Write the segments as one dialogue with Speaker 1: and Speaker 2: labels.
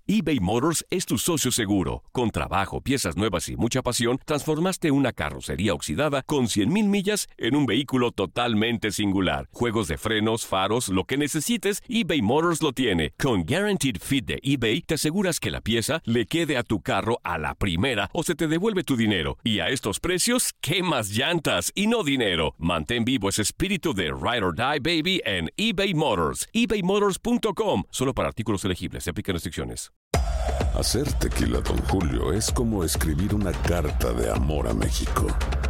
Speaker 1: eBay Motors es tu socio seguro. Con trabajo, piezas nuevas y mucha pasión, transformaste una carrocería oxidada con 100,000 millas en un vehículo totalmente singular. Juegos de frenos, faros, lo que necesites, eBay Motors lo tiene. Con Guaranteed Fit de eBay, te aseguras que la pieza le quede a tu carro a la primera o se te devuelve tu dinero. Y a estos precios, ¿qué más llantas y no dinero? Mantén vivo ese espíritu de Ride or Die, baby, en eBay Motors. ebaymotors.com. Solo para artículos elegibles. Se aplican restricciones.
Speaker 2: Hacer tequila Don Julio es como escribir una carta de amor a México.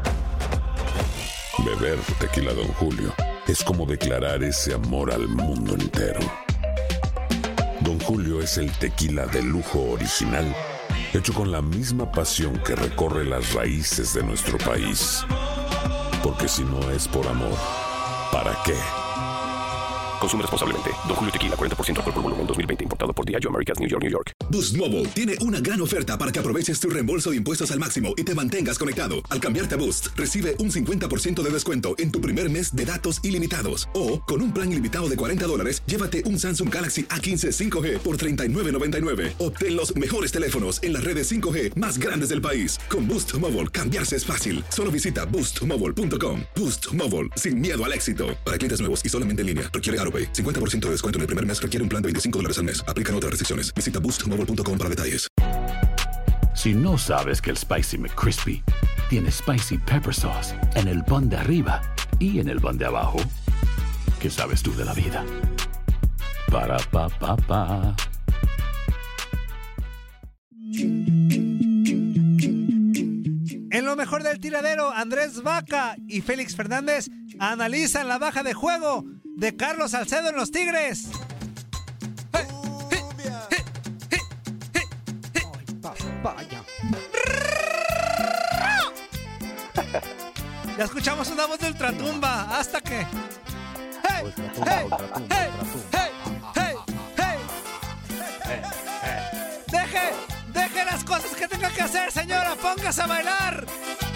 Speaker 2: Beber tequila Don Julio es como declarar ese amor al mundo entero. Don Julio es el tequila de lujo original, hecho con la misma pasión que recorre las raíces de nuestro país. Porque si no es por amor, ¿para qué?
Speaker 1: Consume responsablemente. Don Julio Tequila, 40% alcohol por volumen, 2020. Importado por Diageo Americas, New York, New York.
Speaker 3: Boost Mobile tiene una gran oferta para que aproveches tu reembolso de impuestos al máximo y te mantengas conectado. Al cambiarte a Boost, recibe un 50% de descuento en tu primer mes de datos ilimitados. O, con un plan ilimitado de $40, llévate un Samsung Galaxy A15 5G por $39.99. Obtén los mejores teléfonos en las redes 5G más grandes del país. Con Boost Mobile, cambiarse es fácil. Solo visita boostmobile.com. Boost Mobile, sin miedo al éxito. Para clientes nuevos y solamente en línea, requiere AroPay. 50% de descuento en el primer mes requiere un plan de $25 al mes. Aplican otras restricciones. Visita boostmobile.com para detalles.
Speaker 4: Si no sabes que el Spicy McCrispy tiene Spicy Pepper Sauce en el pan de arriba y en el pan de abajo, ¿qué sabes tú de la vida? Para, pa, pa, pa.
Speaker 5: En lo mejor del tiradero, Andrés Vaca y Félix Fernández analizan la baja de juego de Carlos Salcedo en los Tigres. Ya escuchamos una voz de ultratumba. Hasta que... Deje las cosas que tenga que hacer, señora. Póngase a bailar.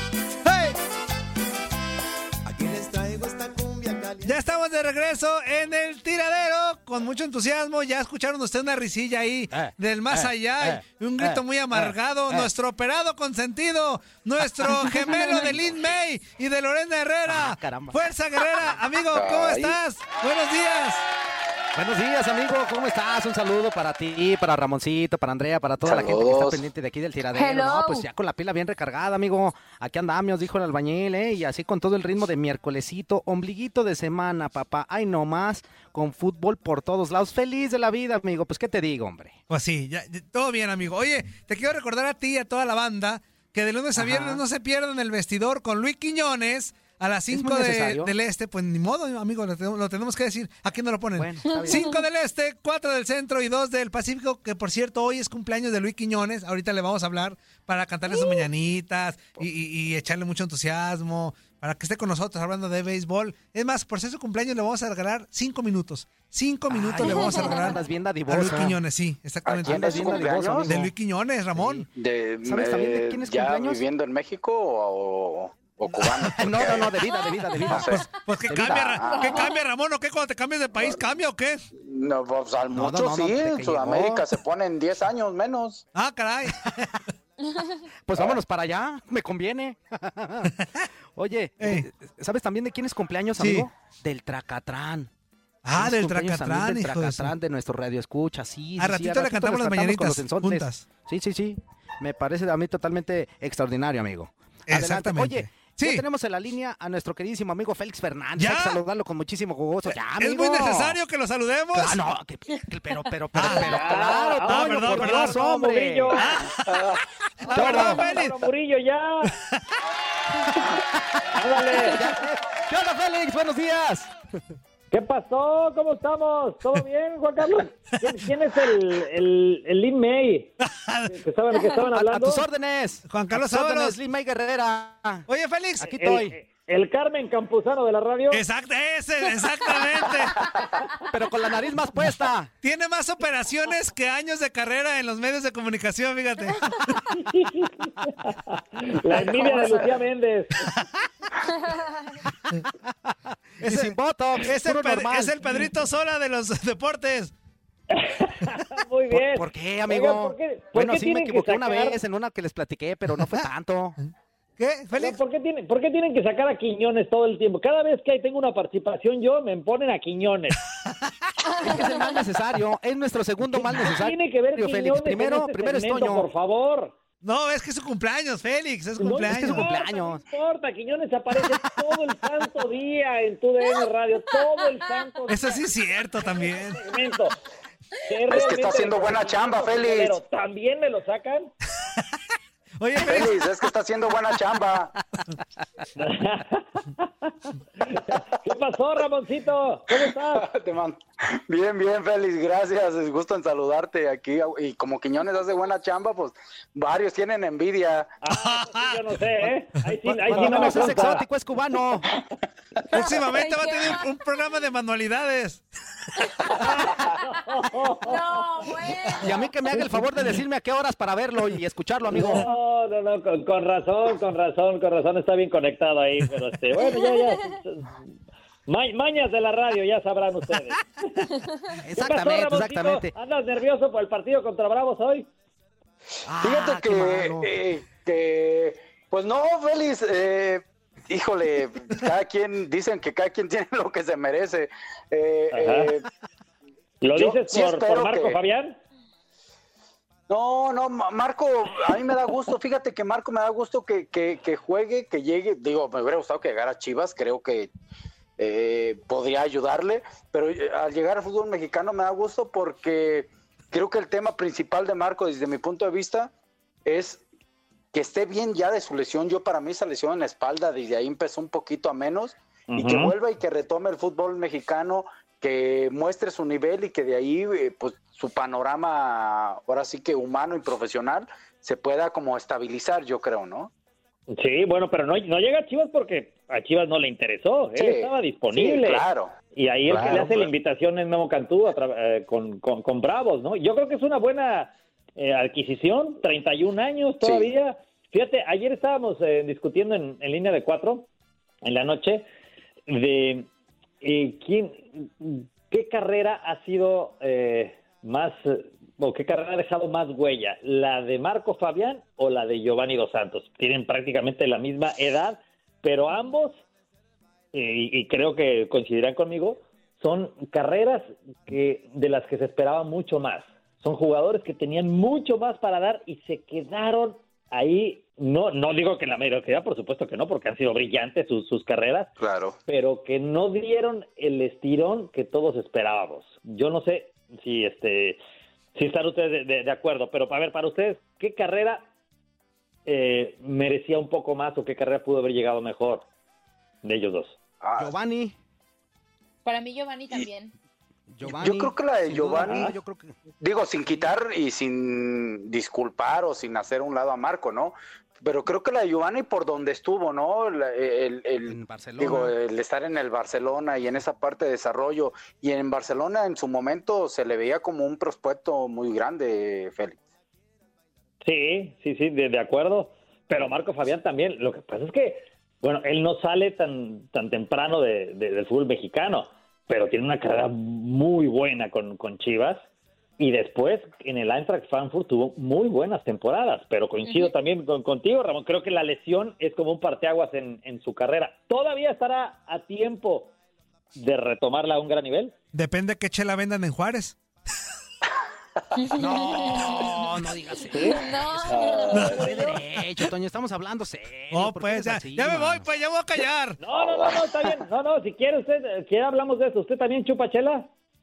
Speaker 6: Aquí les traigo esta cumbia caliente.
Speaker 5: Ya estamos de regreso en el tiradero con mucho entusiasmo. Ya escucharon ustedes una risilla ahí del más allá y un grito muy amargado. Nuestro operado consentido, nuestro gemelo de Lin May y de Lorena Herrera. Fuerza Guerrera, amigo, ¿cómo estás? Buenos días.
Speaker 7: Buenos días, amigo, ¿cómo estás? Un saludo para ti, para Ramoncito, para Andrea, para toda la gente que está pendiente de aquí del tiradero.
Speaker 8: Hello.
Speaker 7: No, pues ya con la pila bien recargada, amigo. Aquí andamos, dijo el albañil, y así con todo el ritmo de miércolesito, ombliguito de semana, papá. Ay, no más, con fútbol por todos lados. Feliz de la vida, amigo. Pues, ¿qué te digo, hombre?
Speaker 5: Pues sí, ya, todo bien, amigo. Oye, te quiero recordar a ti y a toda la banda que de lunes a viernes no se pierdan el vestidor con Luis Quiñones. A las 5 del este, pues ni modo, amigo, lo tenemos que decir. Aquí no lo ponen. Bueno, 5 del este, 4 del centro y 2 del Pacífico, que por cierto, hoy es cumpleaños de Luis Quiñones. Ahorita le vamos a hablar para cantarle sus mañanitas y echarle mucho entusiasmo, para que esté con nosotros hablando de béisbol. Es más, por ser su cumpleaños le vamos a regalar 5 minutos. 5 minutos le vamos a regalar a Luis Quiñones, sí, exactamente.
Speaker 9: ¿Quién es su cumpleaños?
Speaker 5: De Luis Quiñones, Ramón.
Speaker 9: ¿Sabes también de quién es cumpleaños? ¿Ya viviendo en México o cubano?
Speaker 7: No, de vida.
Speaker 9: No sé.
Speaker 5: Pues ¿qué cambia, Ramón? ¿O qué cuando te cambias de país cambia o qué?
Speaker 9: No, pues al mucho sí, en Sudamérica se ponen 10 años menos.
Speaker 5: Ah, caray.
Speaker 7: Pues vámonos para allá, me conviene. Oye, ¿sabes también de quién es cumpleaños, amigo? Del Tracatrán.
Speaker 5: Ah, del Tracatrán,
Speaker 7: del Tracatrán, de nuestro radio escucha, sí.
Speaker 5: A ratito le cantamos las mañanitas juntas.
Speaker 7: Sí. Me parece a mí totalmente extraordinario, amigo.
Speaker 5: Exactamente.
Speaker 7: Oye, ya tenemos en la línea a nuestro queridísimo amigo Félix Fernández.
Speaker 5: ¿Ya?
Speaker 7: Hay que saludarlo con muchísimo gusto. Ya, amigo.
Speaker 5: ¿Es muy necesario que lo saludemos?
Speaker 7: No, pero, claro, Toño, por Dios, hombre.
Speaker 5: Perdón, Félix.
Speaker 10: Murillo, ya. Ándale.
Speaker 7: ¿Qué onda, Félix? Buenos días.
Speaker 10: ¿Qué pasó? ¿Cómo estamos? ¿Todo bien, Juan Carlos? ¿Quién es el Lin May? ¿Que estaban hablando?
Speaker 7: A tus órdenes.
Speaker 5: Juan Carlos Ábalos.
Speaker 7: Lin May Guerrera.
Speaker 5: Oye, Félix.
Speaker 7: Aquí estoy.
Speaker 10: El Carmen Campuzano de la radio.
Speaker 5: Exactamente.
Speaker 7: Pero con la nariz más puesta.
Speaker 5: Tiene más operaciones que años de carrera en los medios de comunicación, fíjate.
Speaker 10: La envidia de Lucía Méndez.
Speaker 7: Sin botox.
Speaker 5: Es el Pedrito Sola de los deportes.
Speaker 10: Muy bien.
Speaker 7: ¿Por qué, amigo?
Speaker 10: Oigan,
Speaker 7: bueno, sí me equivoqué una vez en una que les platiqué, pero no fue tanto.
Speaker 5: ¿Qué, Félix?
Speaker 10: ¿Por qué tienen que sacar a Quiñones todo el tiempo? Cada vez que tengo una participación yo, me ponen a Quiñones.
Speaker 7: Es el mal necesario, es nuestro segundo mal necesario.
Speaker 10: Tiene que ver
Speaker 7: Félix.
Speaker 10: Quiñones
Speaker 7: Primero es Toño.
Speaker 10: por favor.
Speaker 5: No, es que es su cumpleaños, Félix, es cumpleaños.
Speaker 7: Es que es su cumpleaños.
Speaker 10: No importa, Quiñones aparece todo el santo día en TUDN Radio, todo el santo día.
Speaker 5: Eso sí es cierto también.
Speaker 9: Es que está haciendo buena chamba, Félix.
Speaker 10: Pero también me lo sacan.
Speaker 5: Oye,
Speaker 9: Félix, es que está haciendo buena chamba.
Speaker 10: ¿Qué pasó, Ramoncito? ¿Cómo estás?
Speaker 9: Bien, Félix, gracias. Es gusto en saludarte aquí. Y como Quiñones hace buena chamba, pues varios tienen envidia.
Speaker 10: Sí, yo no sé, ¿eh? Ahí sí
Speaker 7: no es exótico, es cubano.
Speaker 5: Próximamente va a tener un programa de manualidades.
Speaker 8: No, bueno.
Speaker 7: Y a mí que me haga el favor de decirme a qué horas para verlo y escucharlo, amigo.
Speaker 10: No, con razón, está bien conectado ahí, pero bueno, ya. Mañas de la radio, ya sabrán ustedes.
Speaker 7: Exactamente.
Speaker 10: ¿Andas nervioso por el partido contra Bravos hoy?
Speaker 9: Fíjate que pues no, Félix, híjole, dicen que cada quien tiene lo que se merece.
Speaker 10: ¿Lo dices por Marco Fabián?
Speaker 9: No, Marco, a mí me da gusto, fíjate que Marco me da gusto que juegue, que llegue, digo, me hubiera gustado que llegara a Chivas, creo que podría ayudarle, pero al llegar al fútbol mexicano me da gusto porque creo que el tema principal de Marco, desde mi punto de vista, es que esté bien ya de su lesión. Yo para mí esa lesión en la espalda, desde ahí empezó un poquito a menos, y que vuelva y que retome el fútbol mexicano, que muestre su nivel y que de ahí pues su panorama ahora sí que humano y profesional se pueda como estabilizar, yo creo, ¿no?
Speaker 10: Sí, bueno, pero no llega a Chivas porque a Chivas no le interesó, él estaba disponible.
Speaker 9: Sí, claro.
Speaker 10: Y ahí el que le hace la invitación es Memo Cantú con Bravos, ¿no? Yo creo que es una buena adquisición, 31 años todavía. Sí. Fíjate, ayer estábamos discutiendo en línea de 4, en la noche, de qué carrera ha sido más, o qué carrera ha dejado más huella, la de Marco Fabián o la de Giovanni Dos Santos. Tienen prácticamente la misma edad, pero ambos, y creo que coincidirán conmigo, son carreras de las que se esperaba mucho más. Son jugadores que tenían mucho más para dar y se quedaron ahí. No digo que en la mediocridad, por supuesto que no, porque han sido brillantes sus carreras,
Speaker 9: claro,
Speaker 10: pero que no dieron el estirón que todos esperábamos. Yo no sé si están ustedes de acuerdo, pero a ver, para ustedes, ¿qué carrera merecía un poco más o qué carrera pudo haber llegado mejor de ellos dos?
Speaker 7: Giovanni.
Speaker 8: Para mí Giovanni también.
Speaker 9: Yo creo que la de Giovanni, digo, sin quitar y sin disculpar o sin hacer un lado a Marco, ¿no? Pero creo que la de Giovanni por donde estuvo, ¿no?
Speaker 7: En Barcelona.
Speaker 9: Digo, el estar en el Barcelona y en esa parte de desarrollo. Y en Barcelona en su momento se le veía como un prospecto muy grande, Félix.
Speaker 10: Sí, de acuerdo. Pero Marco Fabián también. Lo que pasa es que, bueno, él no sale tan temprano del fútbol mexicano, pero tiene una carrera muy buena con Chivas. Y después, en el Eintracht Frankfurt tuvo muy buenas temporadas, pero coincido también contigo, Ramón. Creo que la lesión es como un parteaguas en su carrera. ¿Todavía estará a tiempo de retomarla a un gran nivel?
Speaker 5: Depende de qué chela vendan en Juárez.
Speaker 7: No digas eso. No. De derecho, Toño, estamos hablando serio.
Speaker 5: No, pues ya me voy, pues ya voy a callar.
Speaker 10: No, está bien. No, si quiere usted, hablamos de eso. ¿Usted también chupa chela?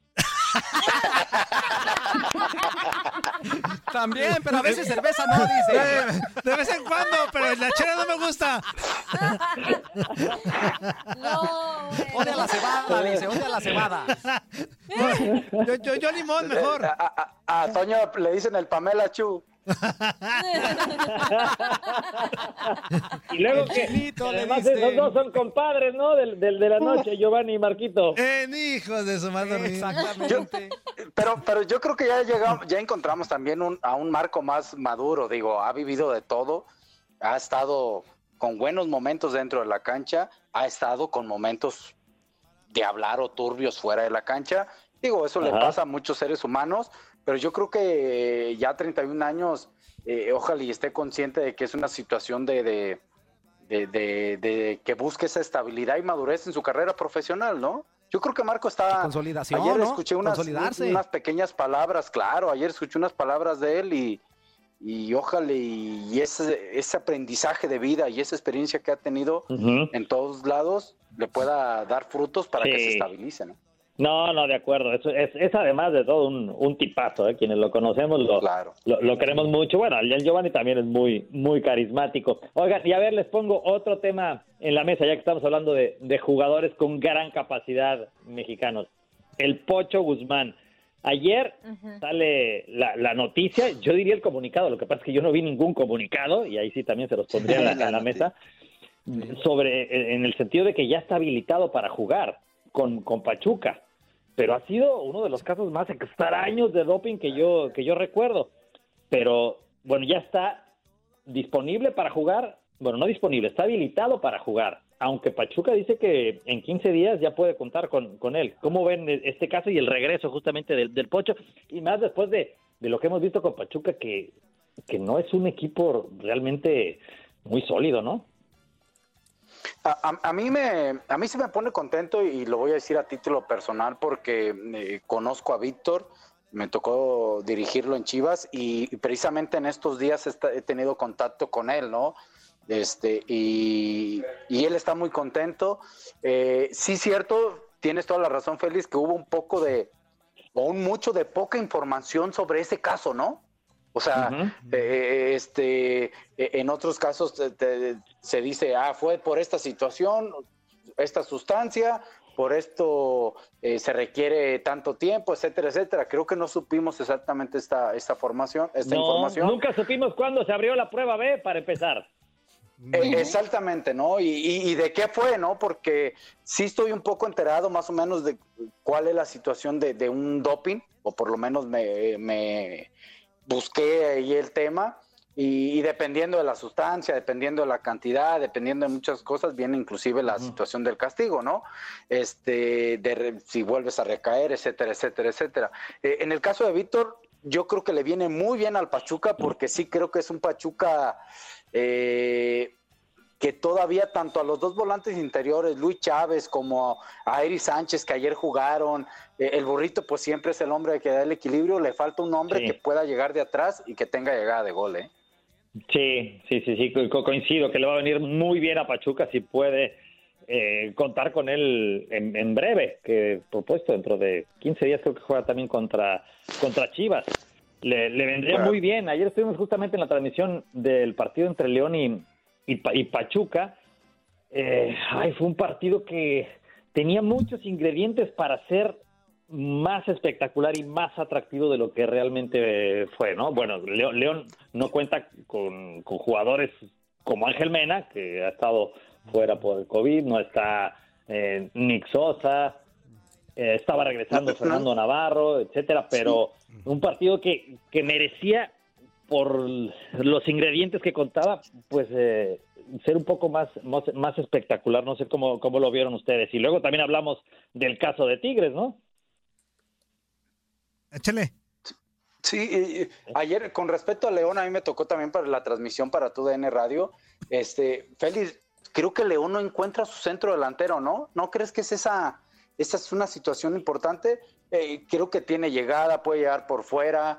Speaker 7: También, pero a veces cerveza no, dice.
Speaker 5: De vez en cuando, pero la chela no me gusta.
Speaker 8: No.
Speaker 7: Odia la cebada, dice, odia la cebada.
Speaker 5: Yo limón mejor.
Speaker 9: A Toño le dicen el Pamela Chu.
Speaker 10: Y luego que además esos dos son compadres, ¿no? De la noche, Giovanni y Marquito.
Speaker 5: Hijos de su madre.
Speaker 7: Exactamente.
Speaker 9: Pero yo creo que ya encontramos también a un Marco más maduro. Digo, ha vivido de todo, ha estado con buenos momentos dentro de la cancha, ha estado con momentos de hablar o turbios fuera de la cancha, Digo, eso le pasa a muchos seres humanos, pero yo creo que ya 31 años, ojalá y esté consciente de que es una situación de que busque esa estabilidad y madurez en su carrera profesional, ¿no? Yo creo que Marco está...
Speaker 7: Consolidación,
Speaker 9: ayer
Speaker 7: ¿no?
Speaker 9: escuché unas pequeñas palabras, claro, ayer escuché unas palabras de él y ojalá y ese aprendizaje de vida y esa experiencia que ha tenido en todos lados le pueda dar frutos para que se estabilice, ¿no?
Speaker 10: No, de acuerdo. Eso es además de todo un tipazo, ¿eh? Quienes lo conocemos lo queremos mucho. Bueno, el Giovanni también es muy, muy carismático. Oigan, y a ver, les pongo otro tema en la mesa, ya que estamos hablando de jugadores con gran capacidad mexicanos. El Pocho Guzmán. Ayer sale la noticia, yo diría el comunicado, lo que pasa es que yo no vi ningún comunicado, y ahí sí también se los pondría en la mesa, en el sentido de que ya está habilitado para jugar con Pachuca. Pero ha sido uno de los casos más extraños de doping que yo recuerdo. Pero, bueno, ya está disponible para jugar. Bueno, no disponible, está habilitado para jugar. Aunque Pachuca dice que en 15 días ya puede contar con él. ¿Cómo ven este caso y el regreso justamente del Pocho? Y más después de lo que hemos visto con Pachuca, que no es un equipo realmente muy sólido, ¿no?
Speaker 9: A mí sí me pone contento y lo voy a decir a título personal porque conozco a Víctor, me tocó dirigirlo en Chivas y precisamente en estos días he tenido contacto con él, ¿no? Y él está muy contento. Sí, cierto, tienes toda la razón, Félix, que hubo mucho de poca información sobre ese caso, ¿no? O sea, en otros casos se dice, fue por esta situación, esta sustancia, por esto se requiere tanto tiempo, etcétera, etcétera. Creo que no supimos exactamente esta información.
Speaker 10: Nunca supimos cuándo se abrió la prueba B, para empezar.
Speaker 9: Exactamente, ¿no? Y de qué fue, ¿no? Porque sí estoy un poco enterado más o menos de cuál es la situación de un doping, o por lo menos me busqué ahí el tema y dependiendo de la sustancia, dependiendo de la cantidad, dependiendo de muchas cosas, viene inclusive la situación del castigo, ¿no? Si vuelves a recaer, etcétera, etcétera, etcétera. En el caso de Víctor, yo creo que le viene muy bien al Pachuca porque sí creo que es un Pachuca que todavía tanto a los dos volantes interiores, Luis Chávez como a Eri Sánchez, que ayer jugaron, el Burrito pues siempre es el hombre que da el equilibrio, le falta un hombre que pueda llegar de atrás y que tenga llegada de gol, ¿eh?
Speaker 10: Sí, coincido que le va a venir muy bien a Pachuca si puede contar con él en breve, que propuesto dentro de 15 días creo que juega también contra Chivas. Le vendría muy bien. Ayer estuvimos justamente en la transmisión del partido entre León y Pachuca. Fue un partido que tenía muchos ingredientes para ser más espectacular y más atractivo de lo que realmente fue, ¿no? Bueno, León no cuenta con jugadores como Ángel Mena, que ha estado fuera por el COVID, no está Nick Sosa, estaba regresando Fernando Navarro, etcétera, pero un partido que merecía, por los ingredientes que contaba, pues ser un poco más espectacular. No sé cómo lo vieron ustedes. Y luego también hablamos del caso de Tigres, ¿no?
Speaker 5: Échale.
Speaker 9: Sí, ayer con respecto a León, a mí me tocó también para la transmisión para TUDN Radio. Félix, creo que León no encuentra su centro delantero, ¿no? ¿No crees que esa es una situación importante? Creo que tiene llegada, puede llegar por fuera,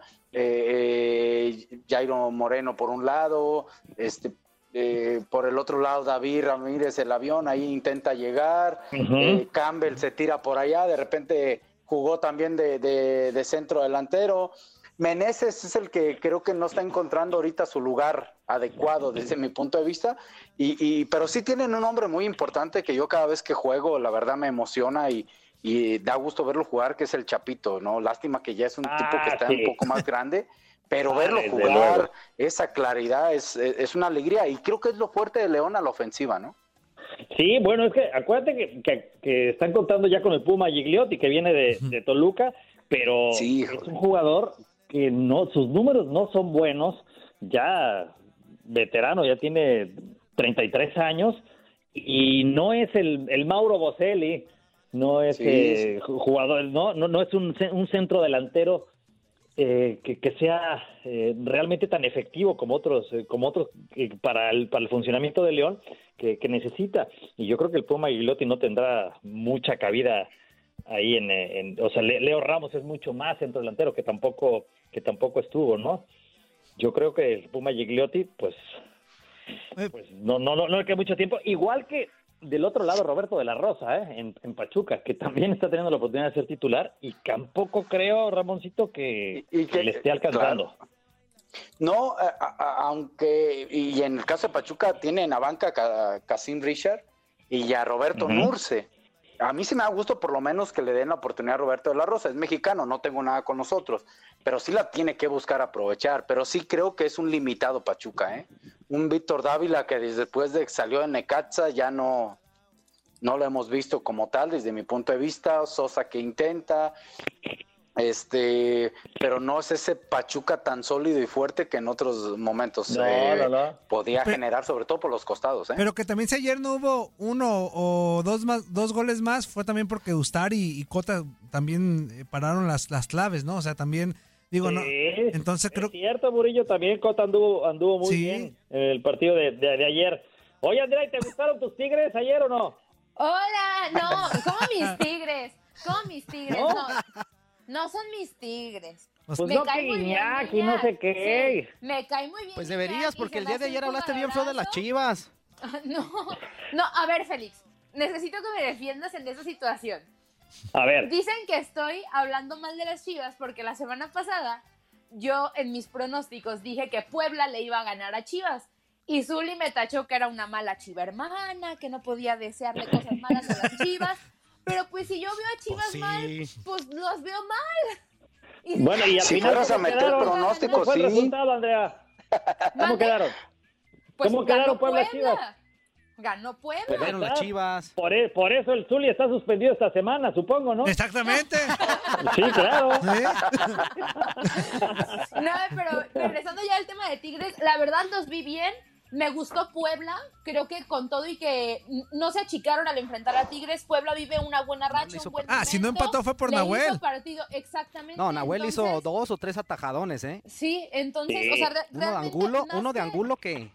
Speaker 9: Jairo Moreno por un lado, por el otro lado David Ramírez, el avión, ahí intenta llegar, Campbell se tira por allá, de repente jugó también de centro delantero. Meneses es el que creo que no está encontrando ahorita su lugar adecuado desde mi punto de vista, pero sí tienen un hombre muy importante que yo cada vez que juego, la verdad me emociona y da gusto verlo jugar, que es el Chapito, ¿no? Lástima que ya es un tipo que está un poco más grande, pero verlo jugar, esa claridad es una alegría y creo que es lo fuerte de León a la ofensiva, ¿no?
Speaker 10: Sí, bueno, es que acuérdate que están contando ya con el Puma Gigliotti, que viene de Toluca, pero sí, es un jugador que sus números no son buenos, ya veterano, ya tiene 33 años, y no es el Mauro Boselli, no es jugador, no es un centro delantero que sea realmente tan efectivo como otros para el funcionamiento de León que necesita. Y yo creo que el Puma Gigliotti no tendrá mucha cabida ahí o sea, Leo Ramos es mucho más centro delantero que tampoco estuvo, ¿no? Yo creo que el Puma Gigliotti, pues no le queda mucho tiempo. Igual que del otro lado Roberto de la Rosa, en Pachuca, que también está teniendo la oportunidad de ser titular y tampoco creo, Ramoncito, que le esté alcanzando.
Speaker 9: Claro. No, aunque, y en el caso de Pachuca tiene en la banca a Kassim Richard y a Roberto Nurce. A mí sí me da gusto por lo menos que le den la oportunidad a Roberto de la Rosa. Es mexicano, no tengo nada con nosotros, pero sí la tiene que buscar aprovechar. Pero sí creo que es un limitado Pachuca, Un Víctor Dávila que después de que salió de Necaxa ya no lo hemos visto como tal desde mi punto de vista. Sosa que intenta, pero no es ese Pachuca tan sólido y fuerte que en otros momentos podía generar, sobre todo por los costados.
Speaker 5: Pero que también si ayer no hubo uno o dos goles más, fue también porque Ustari y Cota también pararon las claves, ¿no? O sea, también digo, no. Entonces creo.
Speaker 10: Es cierto, Murillo, también Cota anduvo muy bien en el partido de ayer. Oye, Andrea, ¿te gustaron tus Tigres ayer o no?
Speaker 8: Hola, no, ¿cómo mis Tigres? No son mis Tigres.
Speaker 10: Pues me cae muy bien y no sé qué.
Speaker 8: Sí, me cae muy bien.
Speaker 7: Pues deberías, porque el día de ayer hablaste bien feo de las Chivas.
Speaker 8: No, a ver, Félix, necesito que me defiendas en esa situación.
Speaker 10: A ver.
Speaker 8: Dicen que estoy hablando mal de las Chivas porque la semana pasada yo en mis pronósticos dije que Puebla le iba a ganar a Chivas. Y Zuli me tachó que era una mala chiva hermana, que no podía desearle cosas malas a las Chivas. Pero pues si yo veo a Chivas mal, pues los veo mal.
Speaker 9: Y bueno, y al final fueras a meter pronósticos,
Speaker 10: ¿cómo fue el resultado, Andrea? ¿Cómo quedaron?
Speaker 8: Pues
Speaker 10: ¿Cómo quedaron Puebla Chivas?
Speaker 8: Ganó Puebla.
Speaker 7: Pues ganaron las Chivas.
Speaker 10: Por eso el Zuli está suspendido esta semana, supongo, ¿no?
Speaker 5: Exactamente.
Speaker 10: Sí, claro.
Speaker 8: No, pero regresando ya al tema de Tigres, la verdad los vi bien. Me gustó Puebla, creo que con todo y que no se achicaron al enfrentar a Tigres, Puebla vive una buena racha, un buen momento.
Speaker 5: Si no empató fue por Nahuel.
Speaker 8: Hizo partido, exactamente.
Speaker 7: No, Nahuel hizo 2 o 3 atajadones,
Speaker 8: Sí, entonces, o sea,
Speaker 7: uno de Angulo que...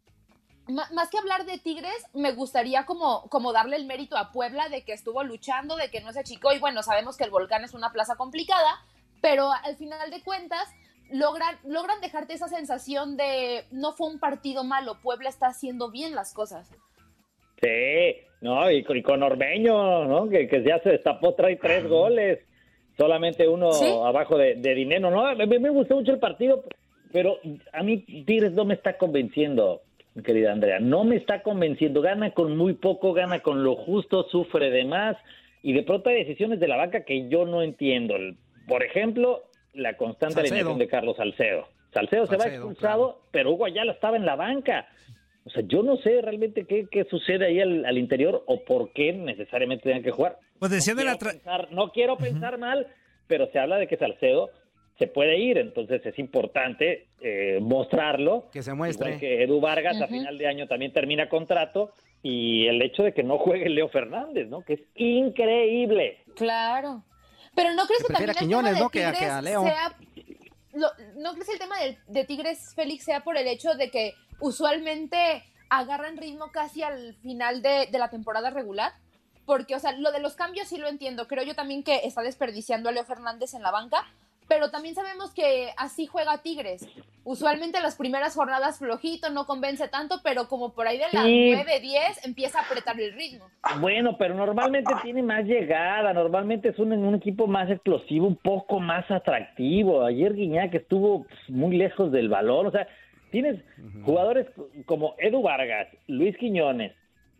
Speaker 8: Más que hablar de Tigres, me gustaría como darle el mérito a Puebla de que estuvo luchando, de que no se achicó, y bueno, sabemos que el Volcán es una plaza complicada, pero al final de cuentas logran dejarte esa sensación de no fue un partido malo, Puebla está haciendo bien las cosas.
Speaker 10: Sí, no, y con Ormeño, ¿no? Que ya se destapó, trae 3 goles, solamente uno abajo de Dineno, ¿no? Me gustó mucho el partido, pero a mí Tigres no me está convenciendo, mi querida Andrea, no me está convenciendo, gana con muy poco, gana con lo justo, sufre de más, y de pronto hay decisiones de la banca que yo no entiendo. Por ejemplo, la constante alineación de Carlos Salcedo. Salcedo se va expulsado, pero Hugo Ayala estaba en la banca. O sea, yo no sé realmente qué sucede ahí al interior o por qué necesariamente tengan que jugar.
Speaker 5: Pues decían
Speaker 10: no quiero pensar mal, pero se habla de que Salcedo se puede ir, entonces es importante mostrarlo.
Speaker 7: Que se muestre.
Speaker 10: Igual que Edu Vargas a final de año también termina contrato, y el hecho de que no juegue Leo Fernández, ¿no? Que es increíble.
Speaker 8: Claro. Pero ¿no crees que también
Speaker 7: Quiñones,
Speaker 8: el tema de
Speaker 7: Tigres
Speaker 8: que a Leo ¿no crees el tema de Tigres, Félix, sea por el hecho de que usualmente agarran ritmo casi al final de la temporada regular? Porque, o sea, lo de los cambios sí lo entiendo. Creo yo también que está desperdiciando a Leo Fernández en la banca, pero también sabemos que así juega Tigres. Usualmente las primeras jornadas flojito, no convence tanto, pero como por ahí de las 9-10 empieza a apretar el ritmo.
Speaker 10: Bueno, pero normalmente tiene más llegada, normalmente es un equipo más explosivo, un poco más atractivo. Ayer Guiñac estuvo muy lejos del balón, o sea, tienes jugadores como Edu Vargas, Luis Quiñones,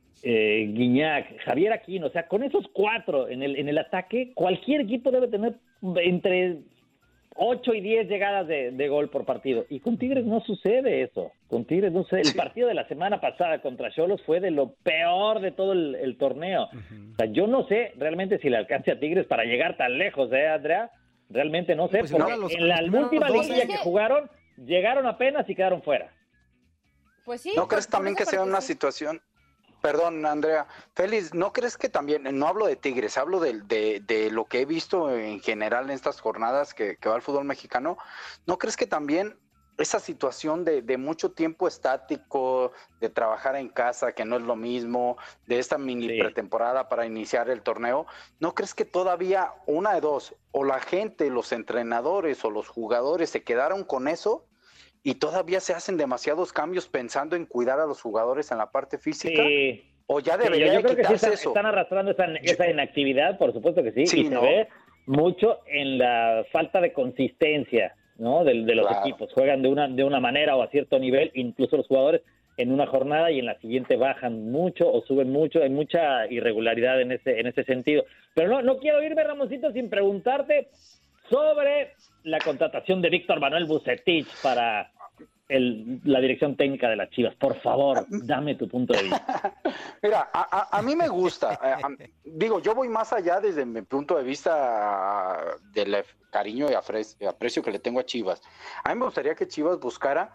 Speaker 10: Guiñac, Javier Aquino, o sea, con esos 4 en el ataque, cualquier equipo debe tener entre 8 y 10 llegadas de gol por partido. Y con Tigres no sucede eso. Con Tigres no sucede. El partido de la semana pasada contra Xolos fue de lo peor de todo el torneo. O sea, yo no sé realmente si le alcance a Tigres para llegar tan lejos, Andrea? Realmente no sé. Pues porque en la última liguilla que jugaron, llegaron apenas y quedaron fuera.
Speaker 8: Pues sí.
Speaker 9: ¿No crees también que sea una situación? Perdón, Andrea. Félix, ¿no crees que también, no hablo de Tigres, hablo de lo que he visto en general en estas jornadas que va el fútbol mexicano, ¿no crees que también esa situación de mucho tiempo estático, de trabajar en casa, que no es lo mismo, de esta mini pretemporada para iniciar el torneo, ¿no crees que todavía una de dos, o la gente, los entrenadores o los jugadores se quedaron con eso y todavía se hacen demasiados cambios pensando en cuidar a los jugadores en la parte física?
Speaker 10: Sí.
Speaker 9: ¿O ya debería
Speaker 10: yo creo que
Speaker 9: quitarse
Speaker 10: sí
Speaker 9: eso?
Speaker 10: están arrastrando esa inactividad, por supuesto que sí, y se ve mucho en la falta de consistencia, ¿no? De los equipos. Juegan de una manera o a cierto nivel, incluso los jugadores en una jornada y en la siguiente bajan mucho o suben mucho. Hay mucha irregularidad en ese sentido. Pero no quiero irme, Ramoncito, sin preguntarte sobre la contratación de Víctor Manuel Vucetich para la dirección técnica de las Chivas. Por favor, dame tu punto de vista.
Speaker 9: Mira, a mí me gusta. Digo, yo voy más allá desde mi punto de vista del cariño y aprecio que le tengo a Chivas. A mí me gustaría que Chivas buscara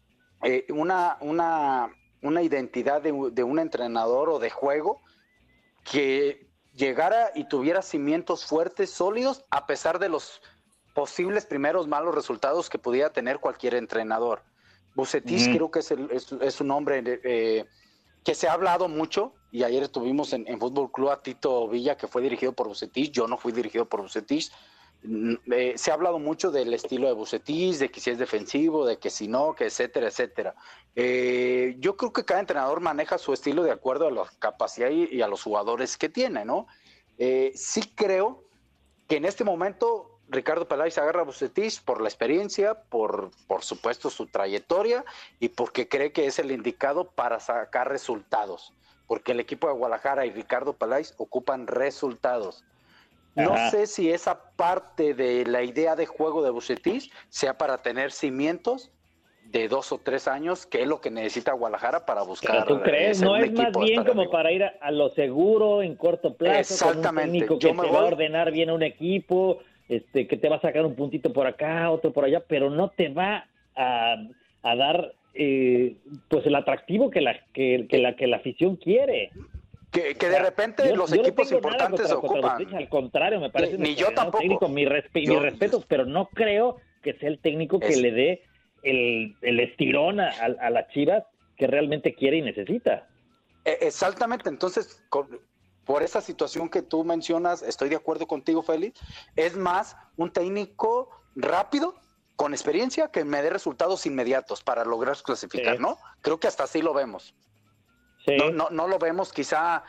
Speaker 9: una identidad de un entrenador o de juego que llegara y tuviera cimientos fuertes, sólidos, a pesar de los posibles primeros malos resultados que pudiera tener cualquier entrenador. Vucetich creo que es un hombre que se ha hablado mucho, y ayer estuvimos en Fútbol Club a Tito Villa, que fue dirigido por Vucetich. Yo no fui dirigido por Vucetich. Se ha hablado mucho del estilo de Vucetich, de que si es defensivo, de que si no, que etcétera, etcétera. Yo creo que cada entrenador maneja su estilo de acuerdo a la capacidad y a los jugadores que tiene, ¿no? Sí creo que en este momento Ricardo Peláez agarra a Vucetich por la experiencia, por supuesto su trayectoria, y porque cree que es el indicado para sacar resultados, porque el equipo de Guadalajara y Ricardo Peláez ocupan resultados. No sé si esa parte de la idea de juego de Vucetich sea para tener cimientos de 2 o 3 años, que es lo que necesita Guadalajara para buscar.
Speaker 10: ¿Pero tú crees? ¿No es más bien como para ir a lo seguro en corto plazo?
Speaker 9: Exactamente.
Speaker 10: Con un técnico que te va a ordenar bien un equipo, que te va a sacar un puntito por acá, otro por allá, pero no te va a dar pues el atractivo que la afición quiere.
Speaker 9: Que de repente los equipos importantes se ocupan.
Speaker 10: Al contrario, me parece
Speaker 9: ni yo tampoco.
Speaker 10: Técnico, mis respetos, pero no creo que sea el técnico que le dé el estirón a las Chivas que realmente quiere y necesita.
Speaker 9: Exactamente. Entonces, por esa situación que tú mencionas, estoy de acuerdo contigo, Félix. Es más un técnico rápido, con experiencia, que me dé resultados inmediatos para lograr clasificar, ¿no? Creo que hasta así lo vemos. Sí. No lo vemos quizá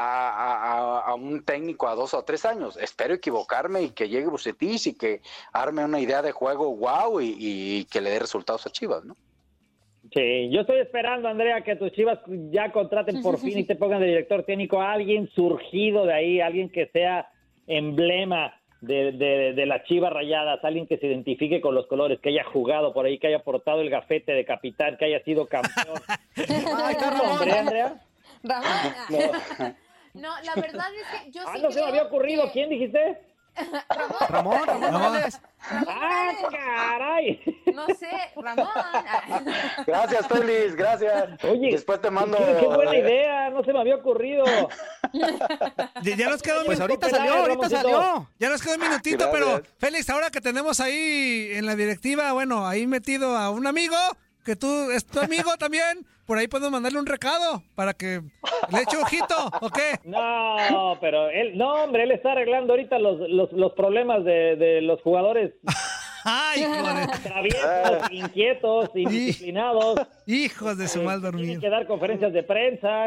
Speaker 9: a un técnico a 2 o 3 años. Espero equivocarme y que llegue Vucetich y que arme una idea de juego wow y que le dé resultados a Chivas, ¿no?
Speaker 10: Sí, yo estoy esperando, Andrea, que tus Chivas ya contraten por fin y te pongan de director técnico a alguien surgido de ahí, alguien que sea emblema de las Chivas Rayadas, alguien que se identifique con los colores, que haya jugado por ahí, que haya portado el gafete de capitán, que haya sido campeón. Ay, hombre, Andrea.
Speaker 8: Ramón. No, la verdad es que yo sí
Speaker 10: no se me había ocurrido.
Speaker 8: que...
Speaker 10: ¿Quién dijiste?
Speaker 7: Ramón.
Speaker 10: ¡Ah, caray!
Speaker 8: No sé, Ramón.
Speaker 9: Gracias, Félix, gracias.
Speaker 10: Oye,
Speaker 9: después te mando...
Speaker 10: Qué buena idea, no se me había ocurrido.
Speaker 5: Ya nos quedó
Speaker 7: pues ahorita salió.
Speaker 5: Ya nos quedó un minutito,
Speaker 9: gracias.
Speaker 5: Pero Félix, ahora que tenemos ahí en la directiva, bueno, ahí metido a un amigo, que tú es tu amigo también, por ahí podemos mandarle un recado para que le eche ojito, ¿o qué?
Speaker 10: No, pero él está arreglando ahorita los problemas de los jugadores.
Speaker 5: ¡Ay, joder!
Speaker 10: Traviesos, inquietos, indisciplinados.
Speaker 5: Hijos de su mal dormido.
Speaker 10: Tienen que dar conferencias de prensa.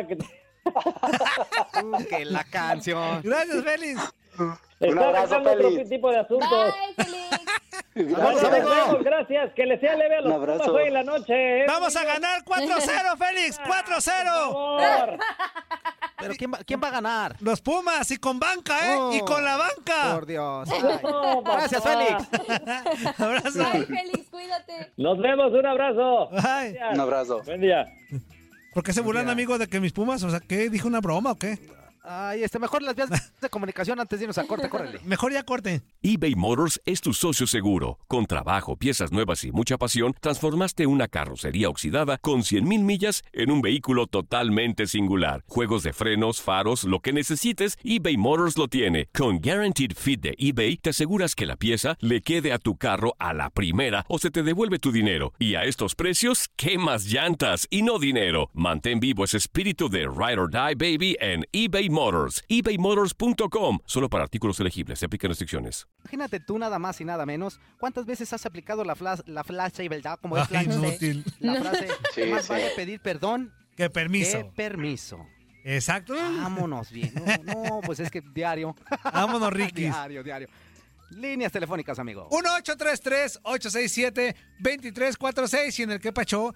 Speaker 7: Que la canción.
Speaker 5: Gracias, Félix.
Speaker 10: Está arreglando otro tipo de asuntos.
Speaker 8: Bye, Félix.
Speaker 10: Gracias, que le sea leve a los Pumas hoy en la noche.
Speaker 5: Vamos a ganar 4-0, Félix, 4-0.
Speaker 7: Pero ¿quién va a ganar?
Speaker 5: Los Pumas, y con banca, y con la banca.
Speaker 7: Por Dios. Gracias, Félix.
Speaker 5: Abrazo.
Speaker 8: Bye, Félix, cuídate.
Speaker 10: Nos vemos, un abrazo.
Speaker 5: Bye.
Speaker 9: Un abrazo.
Speaker 10: Buen día.
Speaker 5: ¿Por qué se burlan, amigo, de que mis Pumas, o sea, qué, dijo una broma o qué?
Speaker 7: Ay, mejor las vías de comunicación antes de irnos a corte, córrele.
Speaker 5: Mejor ya corte.
Speaker 1: eBay Motors es tu socio seguro. Con trabajo, piezas nuevas y mucha pasión, transformaste una carrocería oxidada con 100,000 millas en un vehículo totalmente singular. Juegos de frenos, faros, lo que necesites, eBay Motors lo tiene. Con Guaranteed Fit de eBay, te aseguras que la pieza le quede a tu carro a la primera o se te devuelve tu dinero. Y a estos precios, ¿qué más llantas y no dinero? Mantén vivo ese espíritu de Ride or Die, baby, en eBay Motors. ebaymotors.com. Solo para artículos elegibles. Se aplican restricciones.
Speaker 7: Imagínate tú nada más y nada menos. ¿Cuántas veces has aplicado la frase, ¿verdad? Como es
Speaker 5: inútil.
Speaker 7: La frase,
Speaker 9: Sí,
Speaker 7: más
Speaker 9: sí.
Speaker 7: vale pedir perdón
Speaker 5: Que permiso.
Speaker 7: que permiso.
Speaker 5: Exacto.
Speaker 7: Vámonos bien. No, pues es que diario.
Speaker 5: Vámonos, Ricky.
Speaker 7: Diario. Líneas telefónicas, amigo.
Speaker 5: 1-833-867-2346 y en el que pachó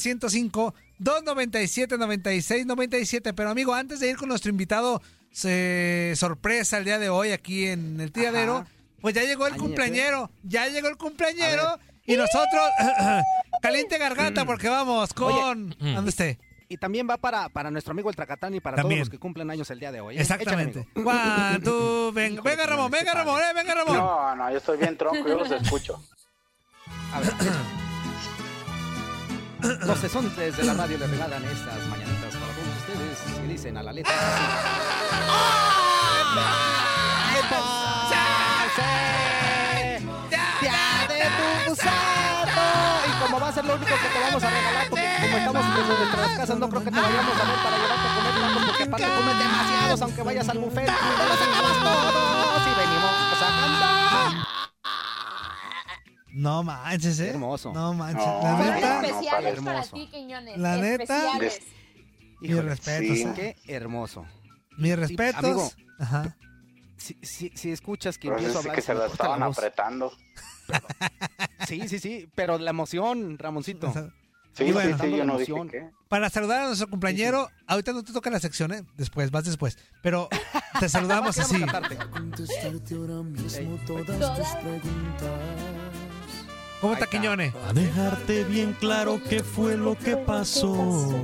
Speaker 5: 305-297-9697. Pero, amigo, antes de ir con nuestro invitado sorpresa el día de hoy aquí en el tiradero,
Speaker 7: Ajá.
Speaker 5: pues ya llegó el
Speaker 7: Ay,
Speaker 5: cumpleañero. Ya llegó el cumpleañero y nosotros, caliente garganta porque vamos con... ¿Dónde esté?
Speaker 7: Y también va para nuestro amigo el Tracatán y para
Speaker 5: También.
Speaker 7: todos los que cumplen años el día de hoy.
Speaker 5: Exactamente.
Speaker 7: Échale, amigo.
Speaker 5: Venga, Ramón, venga, Ramón.
Speaker 9: No, yo estoy bien tronco, yo los escucho.
Speaker 7: A ver, los sesontes de la radio le regalan estas mañanitas para todos ustedes que dicen a la letra. ¡Ya de tu santo! Y como va a ser lo único que te vamos a regalar, porque como estamos desde nuestras casas, no creo que te vayamos a ver para llevarte a comer tacos, porque aparte comes demasiados, aunque vayas al buffet. Te los dejamos todos y venimos a cantar.
Speaker 5: No manches,
Speaker 7: Qué hermoso.
Speaker 5: No manches.
Speaker 9: No,
Speaker 5: La
Speaker 8: Fueron
Speaker 5: neta,
Speaker 8: especiales para
Speaker 7: hermoso.
Speaker 8: ti, Quiñones.
Speaker 5: La neta.
Speaker 8: Especiales.
Speaker 5: mis
Speaker 7: Híjole,
Speaker 5: respetos.
Speaker 9: sí.
Speaker 7: qué hermoso.
Speaker 5: Mis respetos.
Speaker 7: amigo.
Speaker 5: Ajá.
Speaker 7: Si escuchas que
Speaker 9: Pero
Speaker 7: empiezo a
Speaker 9: es
Speaker 7: hablar...
Speaker 9: que
Speaker 7: se
Speaker 9: se
Speaker 7: me
Speaker 9: la
Speaker 7: corta la
Speaker 9: estaban
Speaker 7: voz.
Speaker 9: apretando.
Speaker 7: Sí, pero la emoción, Ramoncito.
Speaker 5: O sea,
Speaker 9: Sí,
Speaker 5: Y bueno,
Speaker 9: sí, yo no dije
Speaker 7: emoción.
Speaker 9: qué.
Speaker 5: para saludar a nuestro compañero, ahorita no te toca la sección, ¿eh? Vas después. Pero te saludamos así.
Speaker 6: Contestarte ahora mismo todas
Speaker 8: Todas.
Speaker 6: tus preguntas.
Speaker 5: ¿Cómo
Speaker 7: Ahí
Speaker 5: está,
Speaker 7: está.
Speaker 5: Quiñones?
Speaker 6: A dejarte bien claro qué fue lo que pasó.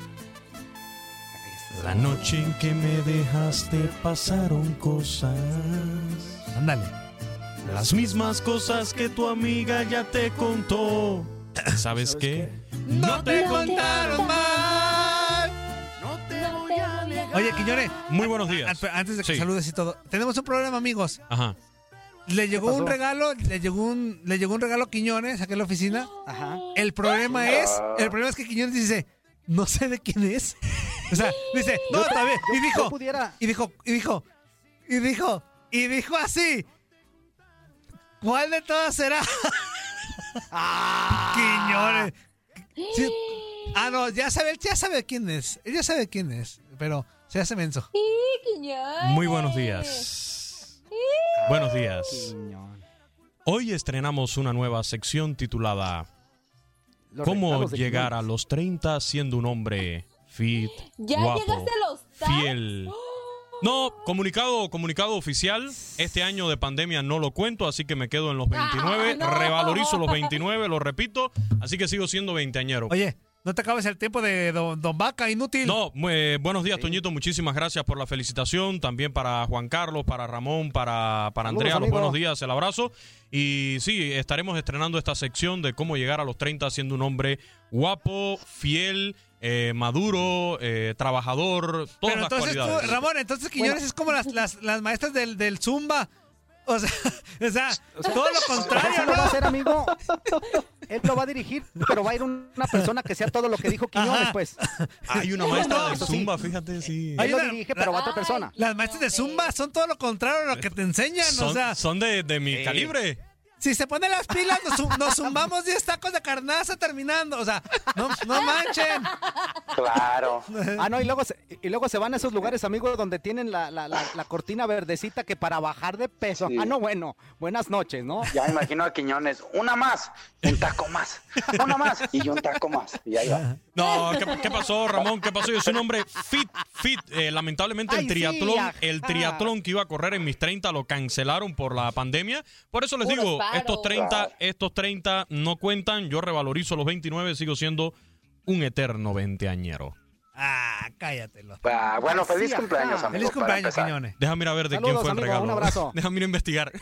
Speaker 6: La noche en que me dejaste pasaron cosas.
Speaker 5: Ándale.
Speaker 6: Las mismas cosas que tu amiga ya te contó. ¿Sabes qué?
Speaker 5: ¡No te contaron mal!
Speaker 6: No te voy a negar.
Speaker 5: Oye, Quiñones,
Speaker 11: Muy buenos días.
Speaker 5: antes de que
Speaker 11: Sí.
Speaker 5: saludes y todo, tenemos un problema, amigos.
Speaker 11: Ajá.
Speaker 5: Le llegó
Speaker 7: pasó?
Speaker 5: un regalo, le llegó un regalo a Quiñones aquí en la oficina.
Speaker 7: Ajá.
Speaker 5: El problema es que Quiñones dice, no sé de quién es. O sea, dice, no, está bien. Y
Speaker 7: Yo pudiera...
Speaker 5: dijo así. ¿Cuál de todas será? Quiñones. Sí. No, ya sabe quién es. Él ya sabe quién es, pero se hace menso.
Speaker 8: Sí, Quiñones.
Speaker 11: Muy buenos días. Buenos días.
Speaker 7: Quiñón.
Speaker 11: Hoy estrenamos una nueva sección titulada
Speaker 7: Los
Speaker 11: ¿Cómo
Speaker 7: regalos de
Speaker 11: llegar a
Speaker 7: Quiñones.
Speaker 11: los 30 siendo un hombre fit,
Speaker 8: ¿Ya
Speaker 11: guapo,
Speaker 8: llegaste a los TAC?
Speaker 11: fiel? No, comunicado oficial. Este año de pandemia no lo cuento, así que me quedo en los 29.
Speaker 8: no.
Speaker 11: Revalorizo los 29, lo repito. Así que sigo siendo veinteañero.
Speaker 5: Oye, no te acabes el tiempo de Don Vaca, inútil.
Speaker 11: No, buenos días, Toñito. Muchísimas gracias por la felicitación. También para Juan Carlos, para Ramón, para Andrea. Los
Speaker 7: amigo.
Speaker 11: buenos días, el abrazo. Y sí, estaremos estrenando esta sección de cómo llegar a los 30 siendo un hombre guapo, fiel, maduro, trabajador, todas
Speaker 5: Pero
Speaker 11: las
Speaker 5: entonces
Speaker 11: cualidades.
Speaker 5: tú, Ramón, entonces Quiñones es como las maestras del Zumba. O sea, todo lo contrario,
Speaker 7: Eso lo va a
Speaker 5: ¿no?
Speaker 7: hacer, amigo. Él lo va a dirigir, pero va a ir una persona que sea todo lo que dijo Quiñones,
Speaker 5: Ajá.
Speaker 7: pues.
Speaker 11: Hay una maestra de
Speaker 7: Eso sí.
Speaker 11: Zumba, fíjate, sí.
Speaker 5: Ay,
Speaker 7: Él lo
Speaker 5: la-
Speaker 7: dirige, pero va a otra persona.
Speaker 5: Las maestras de Zumba son todo lo contrario a lo que te enseñan. O sea,
Speaker 11: Son de mi calibre.
Speaker 5: si se ponen las pilas, nos zumbamos 10 tacos de carnaza terminando. O sea, no manchen.
Speaker 9: Claro.
Speaker 7: No, y luego se van a esos lugares, amigos, donde tienen la cortina verdecita que para bajar de peso.
Speaker 9: Sí.
Speaker 7: No, bueno, buenas noches, ¿no?
Speaker 9: Ya me imagino a Quiñones. Una más, un taco más. Una más y un taco más. Y ahí va.
Speaker 11: No, ¿qué pasó, Ramón? ¿Qué pasó? Yo soy un hombre fit. Lamentablemente
Speaker 7: Ay, sí, ajá.
Speaker 11: el triatlón que iba a correr en mis 30 lo cancelaron por la pandemia. Por eso les
Speaker 8: Puros
Speaker 11: digo,
Speaker 8: paros.
Speaker 11: estos 30 no cuentan. Yo revalorizo los 29, sigo siendo un eterno veinteañero.
Speaker 5: Cállatelo.
Speaker 9: Bueno, feliz cumpleaños, amigo.
Speaker 5: Feliz cumpleaños, Quiñones.
Speaker 11: Déjame ir a ver de
Speaker 7: Saludos,
Speaker 11: quién fue el
Speaker 7: amigo,
Speaker 11: regalo.
Speaker 7: un abrazo.
Speaker 11: Déjame ir a investigar.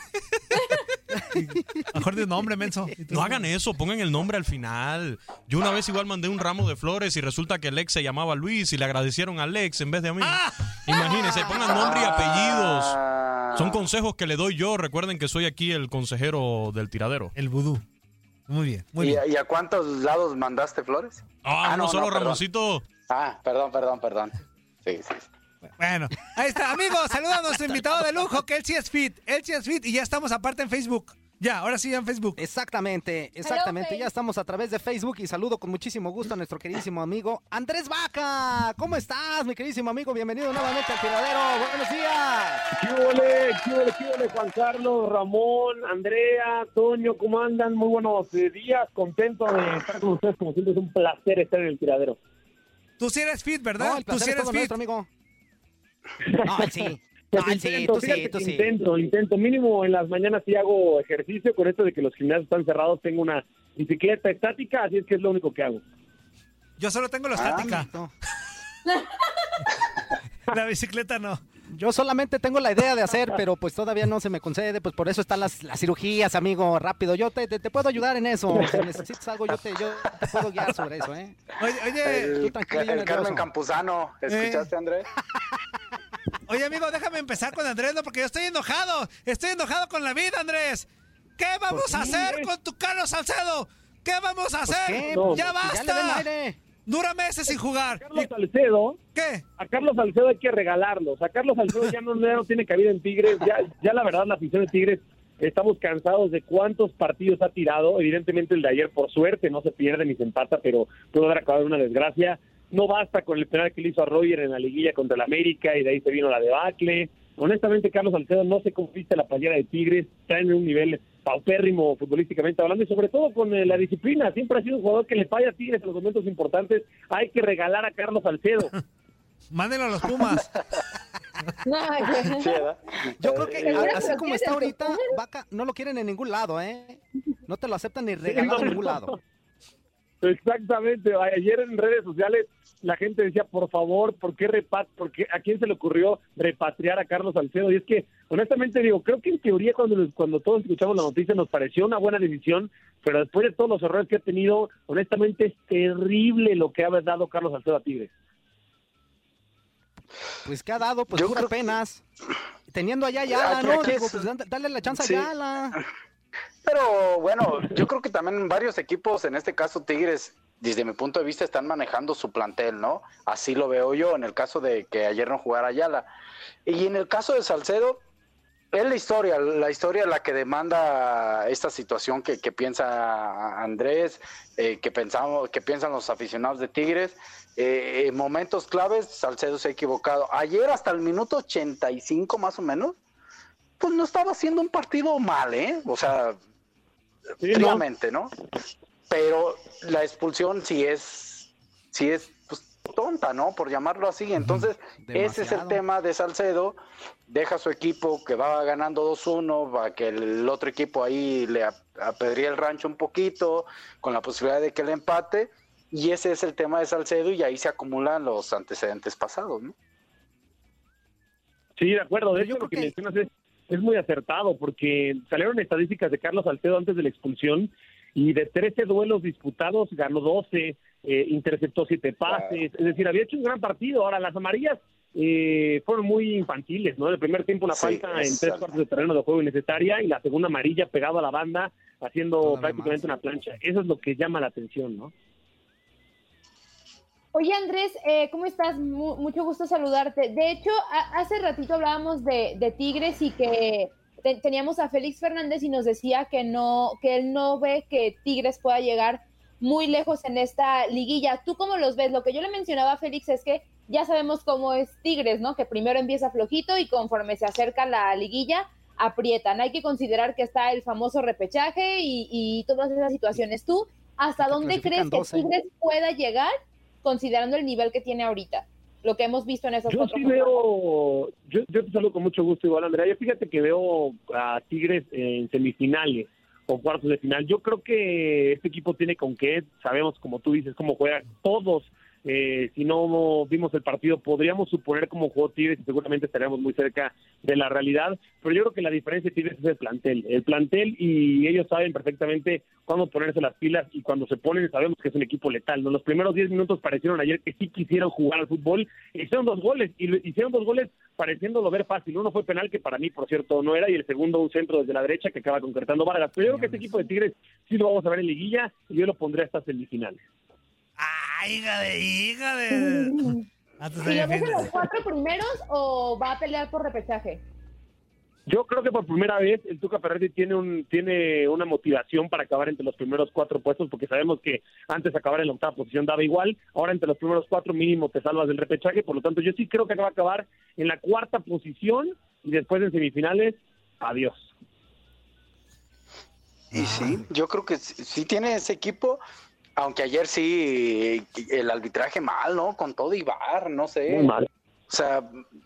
Speaker 5: Mejor de un nombre, menso.
Speaker 11: No hagan eso, pongan el nombre al final. Yo una vez igual mandé un ramo de flores y resulta que el ex se llamaba Luis y le agradecieron al ex en vez de a mí. Imagínense, pongan nombre y apellidos. Son consejos que le doy yo. Recuerden que soy aquí el consejero del tiradero.
Speaker 5: El vudú. Muy bien, muy bien.
Speaker 9: ¿Y a cuántos lados mandaste flores?
Speaker 11: No, solo Ramoncito.
Speaker 9: Perdón. Sí.
Speaker 5: Bueno, ahí está, amigos, saluda a nuestro invitado de lujo, que él sí es fit, y ya estamos aparte en Facebook. Ya, ahora sí en Facebook.
Speaker 7: Exactamente. Ya estamos a través de Facebook y saludo con muchísimo gusto a nuestro queridísimo amigo Andrés Vaca. ¿Cómo estás, mi queridísimo amigo? Bienvenido nuevamente al Tiradero. Buenos días.
Speaker 12: ¿Qué ole, Juan Carlos, Ramón, Andrea, Toño? ¿Cómo andan? Muy buenos días. Contento de estar con ustedes. Como siempre, es un placer estar en el Tiradero.
Speaker 5: Tú sí eres fit, ¿verdad?
Speaker 7: No, el placer
Speaker 5: Tú sí eres
Speaker 7: es todo
Speaker 5: fit.
Speaker 7: nuestro, amigo. No, él sí. No, tú sí.
Speaker 12: Intento. Mínimo en las mañanas sí hago ejercicio. Con esto de que los gimnasios están cerrados, tengo una bicicleta estática, así es que es lo único que hago.
Speaker 5: Yo solo tengo la estática. No. La bicicleta no.
Speaker 7: Yo solamente tengo la idea de hacer, pero pues todavía no se me concede, pues por eso están las cirugías, amigo, rápido. Yo te puedo ayudar en eso. Si necesitas algo, yo te puedo guiar sobre eso, ¿eh?
Speaker 5: Oye,
Speaker 9: tú tranquilo, el Carmen Campuzano, ¿escuchaste, Andrés?
Speaker 5: Oye, amigo, déjame empezar con Andrés, ¿no? Porque yo estoy enojado con la vida, Andrés. ¿Qué vamos a hacer con tu Carlos Salcedo? ¿Qué vamos a hacer?
Speaker 7: ¿Qué?
Speaker 5: ¡Ya basta! Dura meses sin jugar.
Speaker 12: Carlos Salcedo.
Speaker 5: ¿Qué?
Speaker 12: A Carlos Salcedo hay que regalarlo. O sea, Carlos Salcedo ya no tiene cabida en Tigres. Ya la verdad, la afición de Tigres, estamos cansados de cuántos partidos ha tirado. Evidentemente el de ayer, por suerte, no se pierde ni se empata, pero pudo haber acabado en una desgracia. No basta con el penal que le hizo a Roger en la liguilla contra el América y de ahí se vino la debacle. Honestamente, Carlos Salcedo no se conquista la playera de Tigres, está en un nivel paupérrimo futbolísticamente hablando y sobre todo con la disciplina. Siempre ha sido un jugador que le falla a Tigres en los momentos importantes. Hay que regalar a Carlos Salcedo.
Speaker 5: Mándenlo a los Pumas.
Speaker 7: Yo creo que así como está ahorita, Vaca, no lo quieren en ningún lado, ¿eh? No te lo aceptan ni regalado en ningún lado.
Speaker 12: Exactamente. Ayer en redes sociales la gente decía, por favor, ¿por qué a quién se le ocurrió repatriar a Carlos Salcedo? Y es que, honestamente digo, creo que en teoría cuando todos escuchamos la noticia nos pareció una buena decisión, pero después de todos los errores que ha tenido, honestamente es terrible lo que ha dado Carlos Salcedo a Tigres.
Speaker 7: Pues que ha dado, pues duras penas. Teniendo allá Ayala, ¿no? Digo, pues dale la chance a Ayala.
Speaker 9: Pero bueno, yo creo que también varios equipos, en este caso Tigres, desde mi punto de vista, están manejando su plantel, ¿no? Así lo veo yo en el caso de que ayer no jugara Ayala. Y en el caso de Salcedo, es la historia la que demanda esta situación que piensa Andrés, que piensan los aficionados de Tigres. En momentos claves, Salcedo se ha equivocado. Ayer hasta el minuto 85 más o menos, pues no estaba haciendo un partido mal, ¿eh? O sea, fríamente, ¿no? Pero la expulsión sí es pues, tonta, ¿no? Por llamarlo así. Entonces, ese es el tema de Salcedo. Deja a su equipo que va ganando 2-1, para que el otro equipo ahí le apedríe el rancho un poquito, con la posibilidad de que le empate. Y ese es el tema de Salcedo, y ahí se acumulan los antecedentes pasados, ¿no?
Speaker 12: Sí, de acuerdo. De hecho, lo que mencionas es muy acertado, porque salieron estadísticas de Carlos Salcedo antes de la expulsión, y de 13 duelos disputados ganó 12, interceptó 7 pases, es decir, había hecho un gran partido. Ahora, las amarillas fueron muy infantiles, ¿no? En el primer tiempo una falta en 3 cuartos de terreno de juego innecesaria, y la segunda amarilla pegado a la banda, haciendo prácticamente una plancha. Eso es lo que llama la atención, ¿no?
Speaker 8: Oye, Andrés, ¿cómo estás? Mucho gusto saludarte. De hecho, hace ratito hablábamos de Tigres y que teníamos a Félix Fernández y nos decía que él no ve que Tigres pueda llegar muy lejos en esta liguilla. ¿Tú cómo los ves? Lo que yo le mencionaba a Félix es que ya sabemos cómo es Tigres, ¿no? Que primero empieza flojito y conforme se acerca la liguilla, aprietan. Hay que considerar que está el famoso repechaje y todas esas situaciones. ¿Tú hasta dónde crees que Tigres pueda llegar considerando el nivel que tiene ahorita? Lo que hemos visto en esas
Speaker 12: yo sí veo, yo te saludo con mucho gusto igual, Andrea. Yo fíjate que veo a Tigres en semifinales o cuartos de final. Yo creo que este equipo tiene con qué, sabemos, como tú dices, cómo juegan todos si no vimos el partido, podríamos suponer cómo jugó Tigres y seguramente estaríamos muy cerca de la realidad, pero yo creo que la diferencia de Tigres es el plantel y ellos saben perfectamente cuándo ponerse las pilas y cuando se ponen sabemos que es un equipo letal, ¿no? Los primeros 10 minutos parecieron ayer que sí quisieron jugar al fútbol, hicieron 2 goles pareciéndolo ver fácil, uno fue penal que para mí, por cierto, no era, y el segundo un centro desde la derecha que acaba concretando Vargas, pero yo creo que este equipo de Tigres sí lo vamos a ver en liguilla y yo lo pondré hasta semifinales.
Speaker 5: ¡Ay, híjale!
Speaker 8: ¿Y lo ves en los 4 primeros o va a pelear por repechaje?
Speaker 12: Yo creo que por primera vez el Tuca Ferretti tiene una motivación para acabar entre los primeros 4 puestos, porque sabemos que antes acabar en la 8ª posición daba igual, ahora entre los primeros 4 mínimo te salvas del repechaje, por lo tanto yo sí creo que va a acabar en la 4ª posición y después en semifinales, adiós.
Speaker 9: Y sí, yo creo que sí tiene ese equipo, aunque ayer sí el arbitraje mal, ¿no? Con todo y VAR, no sé.
Speaker 12: Muy mal.
Speaker 9: O sea,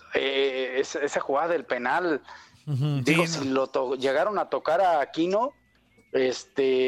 Speaker 9: esa jugada del penal, digo, si llegaron a tocar a Aquino, pues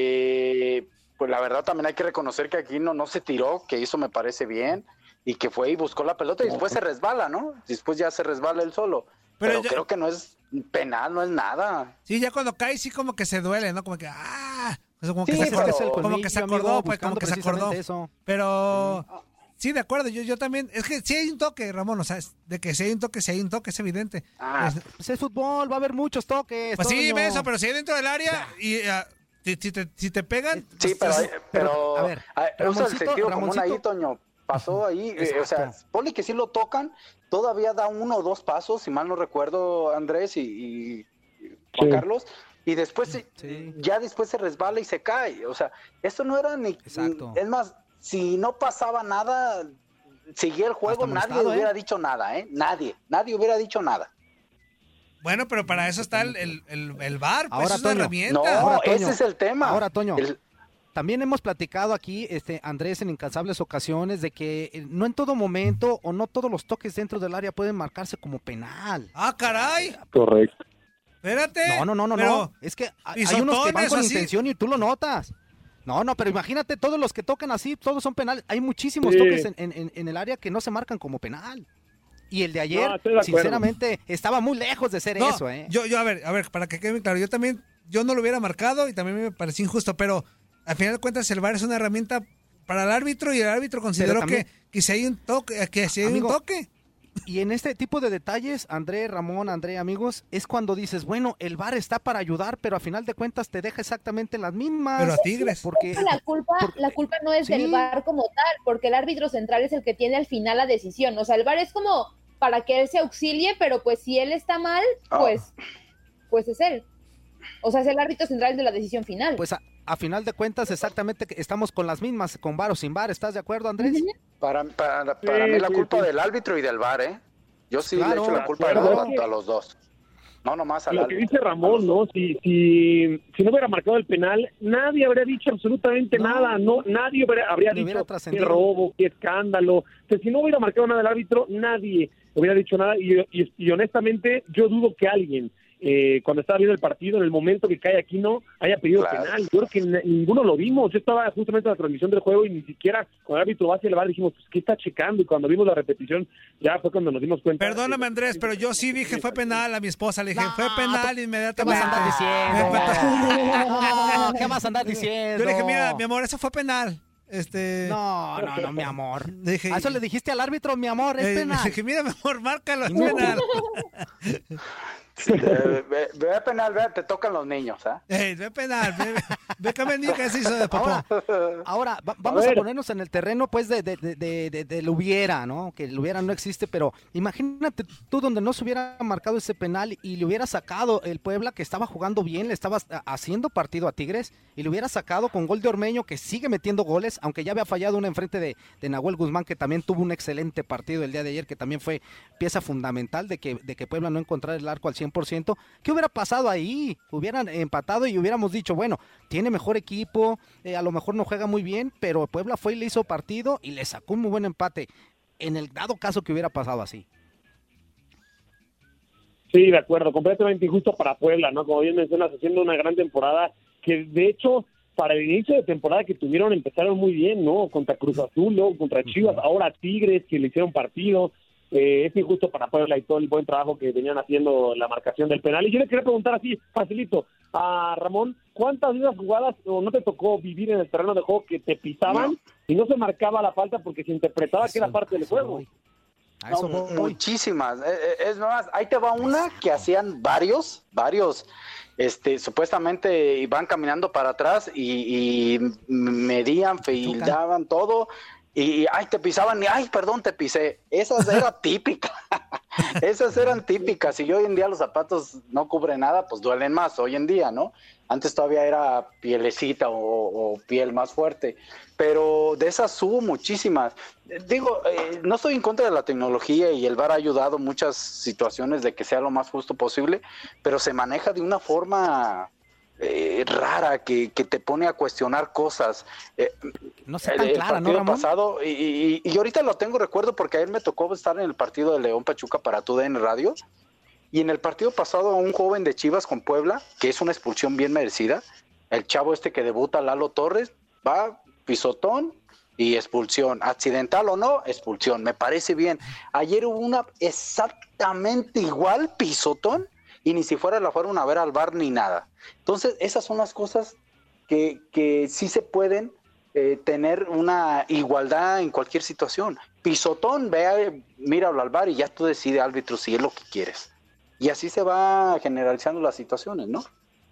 Speaker 9: la verdad también hay que reconocer que Aquino no se tiró, que eso me parece bien, y que fue y buscó la pelota y después se resbala, ¿no? Después ya se resbala él solo. Pero creo que no es penal, no es nada.
Speaker 5: Sí, ya cuando cae sí como que se duele, ¿no? Como que como que
Speaker 7: Sí,
Speaker 5: se acordó,
Speaker 7: es el colmillo,
Speaker 5: como que se
Speaker 7: amigo,
Speaker 5: acordó, pues
Speaker 7: buscando
Speaker 5: como que se acordó.
Speaker 7: precisamente eso.
Speaker 5: Pero sí, de acuerdo, yo también, es que sí hay un toque, Ramón, o sea, de que si hay un toque, es evidente.
Speaker 7: Pues es fútbol, va a haber muchos toques.
Speaker 5: Pues sí,
Speaker 7: Toño.
Speaker 5: eso, pero si hay dentro del área y si te pegan...
Speaker 9: Sí,
Speaker 5: pues,
Speaker 9: pero
Speaker 7: a ver,
Speaker 9: usa el sentido común
Speaker 7: Ramoncito.
Speaker 9: ahí, Toño. Pasó ahí, o sea, ponle que sí lo tocan, todavía da 1 o 2 pasos, si mal no recuerdo, Andrés y Juan Carlos, y después ya después se resbala y se cae. O sea, esto no era ni...
Speaker 7: Exacto.
Speaker 9: Es más, si no pasaba nada, seguía el juego, nadie hubiera dicho nada, ¿eh? Nadie hubiera dicho nada.
Speaker 5: Bueno, pero para eso está el VAR, pues
Speaker 7: Ahora,
Speaker 5: es una
Speaker 7: Toño.
Speaker 5: herramienta.
Speaker 9: No,
Speaker 7: Ahora, Toño,
Speaker 9: ese es el tema.
Speaker 7: Ahora, Toño, también hemos platicado aquí, Andrés, en incansables ocasiones, de que no en todo momento o no todos los toques dentro del área pueden marcarse como penal.
Speaker 5: ¡Ah, caray!
Speaker 12: Correcto.
Speaker 5: Espérate.
Speaker 7: No. Es que hay unos que van con intención y tú lo notas. No, pero imagínate, todos los que tocan así, todos son penales. Hay muchísimos toques en el área que no se marcan como penal. Y el de ayer, sinceramente, estaba muy lejos de ser eso, ¿eh?
Speaker 5: Yo, a ver, para que quede muy claro, yo no lo hubiera marcado y también me pareció injusto, pero al final de cuentas el VAR es una herramienta para el árbitro y el árbitro consideró también, que si hay un toque, un toque.
Speaker 7: Y en este tipo de detalles, Ramón, amigos, es cuando dices, bueno, el VAR está para ayudar, pero a final de cuentas te deja exactamente las mismas.
Speaker 5: Pero a Tigres.
Speaker 8: Porque la culpa no es del VAR como tal, porque el árbitro central es el que tiene al final la decisión. O sea, el VAR es como para que él se auxilie, pero pues si él está mal, pues es él. O sea, es el árbitro central de la decisión final.
Speaker 7: Pues a final de cuentas, exactamente, estamos con las mismas, con VAR o sin VAR. ¿Estás de acuerdo, Andrés?
Speaker 9: Para mí la culpa del árbitro y del VAR, ¿eh? Yo sí le echo la culpa a los dos. No nomás al árbitro.
Speaker 12: Lo que dice Ramón, ¿no? Si no hubiera marcado el penal, nadie habría dicho absolutamente nada. No, nadie habría dicho qué robo, qué escándalo. O sea, si no hubiera marcado nada el árbitro, nadie hubiera dicho nada. Y honestamente, yo dudo que alguien, cuando estaba viendo el partido, en el momento que cae Aquino, haya pedido penal. Yo creo que ninguno lo vimos. Yo estaba justamente en la transmisión del juego y ni siquiera cuando el árbitro va hacia el VAR dijimos, pues, ¿qué está checando? Y cuando vimos la repetición, ya fue cuando nos dimos cuenta.
Speaker 5: Perdóname, Andrés, pero yo sí dije fue penal a mi esposa. Le dije, fue penal inmediatamente.
Speaker 7: ¿Qué vas a andar diciendo? ¿Qué vas a andar diciendo?
Speaker 5: Yo le dije, mira, mi amor, eso fue penal.
Speaker 7: No, mi amor.
Speaker 5: Dije,
Speaker 7: a eso le dijiste al árbitro, mi amor, es penal.
Speaker 5: Le dije, mira, mi amor, márcalo, es penal.
Speaker 9: Ve penal, te tocan los niños,
Speaker 5: ve penal, ve Camendica se hizo de papá.
Speaker 7: Ahora vamos a ponernos en el terreno, pues, de lo hubiera, ¿no? Que el hubiera no existe, pero imagínate tú donde no se hubiera marcado ese penal y le hubiera sacado el Puebla, que estaba jugando bien, le estaba haciendo partido a Tigres, y le hubiera sacado con gol de Ormeño, que sigue metiendo goles, aunque ya había fallado una enfrente de Nahuel Guzmán, que también tuvo un excelente partido el día de ayer, que también fue pieza fundamental de que Puebla no encontrara el arco al 100%. ¿Qué hubiera pasado ahí? Hubieran empatado y hubiéramos dicho, bueno, tiene mejor equipo, a lo mejor no juega muy bien, pero Puebla fue y le hizo partido y le sacó un muy buen empate. En el dado caso que hubiera pasado así.
Speaker 12: Sí, de acuerdo, completamente injusto para Puebla, ¿no? Como bien mencionas, haciendo una gran temporada, que de hecho para el inicio de temporada que tuvieron, empezaron muy bien, ¿no? Contra Cruz Azul, ¿no? Contra Chivas, ahora Tigres, que le hicieron partido. Es injusto para Puebla y todo el buen trabajo que venían haciendo la marcación del penal. Y yo le quería preguntar así, facilito, a Ramón, ¿cuántas de esas jugadas o no te tocó vivir en el terreno de juego que te pisaban y no se marcaba la falta porque se interpretaba que era parte del juego?
Speaker 9: No, muchísimas. Es más, ahí te va una que hacían varios, supuestamente iban caminando para atrás y medían, fildaban todo. Y ay, te pisaban, y ay, perdón, te pisé. Esas eran típicas. Esas eran típicas. Y hoy en día los zapatos no cubren nada, pues duelen más hoy en día, ¿no? Antes todavía era pielecita o piel más fuerte. Pero de esas hubo muchísimas. Digo, no estoy en contra de la tecnología y el VAR ha ayudado muchas situaciones de que sea lo más justo posible, pero se maneja de una forma rara que te pone a cuestionar cosas.
Speaker 7: No sé tan clara, ¿no, Ramón?
Speaker 9: Pasado, y ahorita lo tengo recuerdo porque ayer me tocó estar en el partido de León Pachuca para TUDN Radio, y en el partido pasado un joven de Chivas con Puebla, que es una expulsión bien merecida, el chavo que debuta, Lalo Torres, va, pisotón y expulsión, accidental o no, expulsión, me parece bien. Ayer hubo una exactamente igual, pisotón, y ni si fuera la fueron a ver al VAR ni nada. Entonces, esas son las cosas que sí se pueden tener una igualdad en cualquier situación. Pisotón, míralo al VAR y ya tú decides, árbitro, si es lo que quieres. Y así se va generalizando las situaciones, ¿no?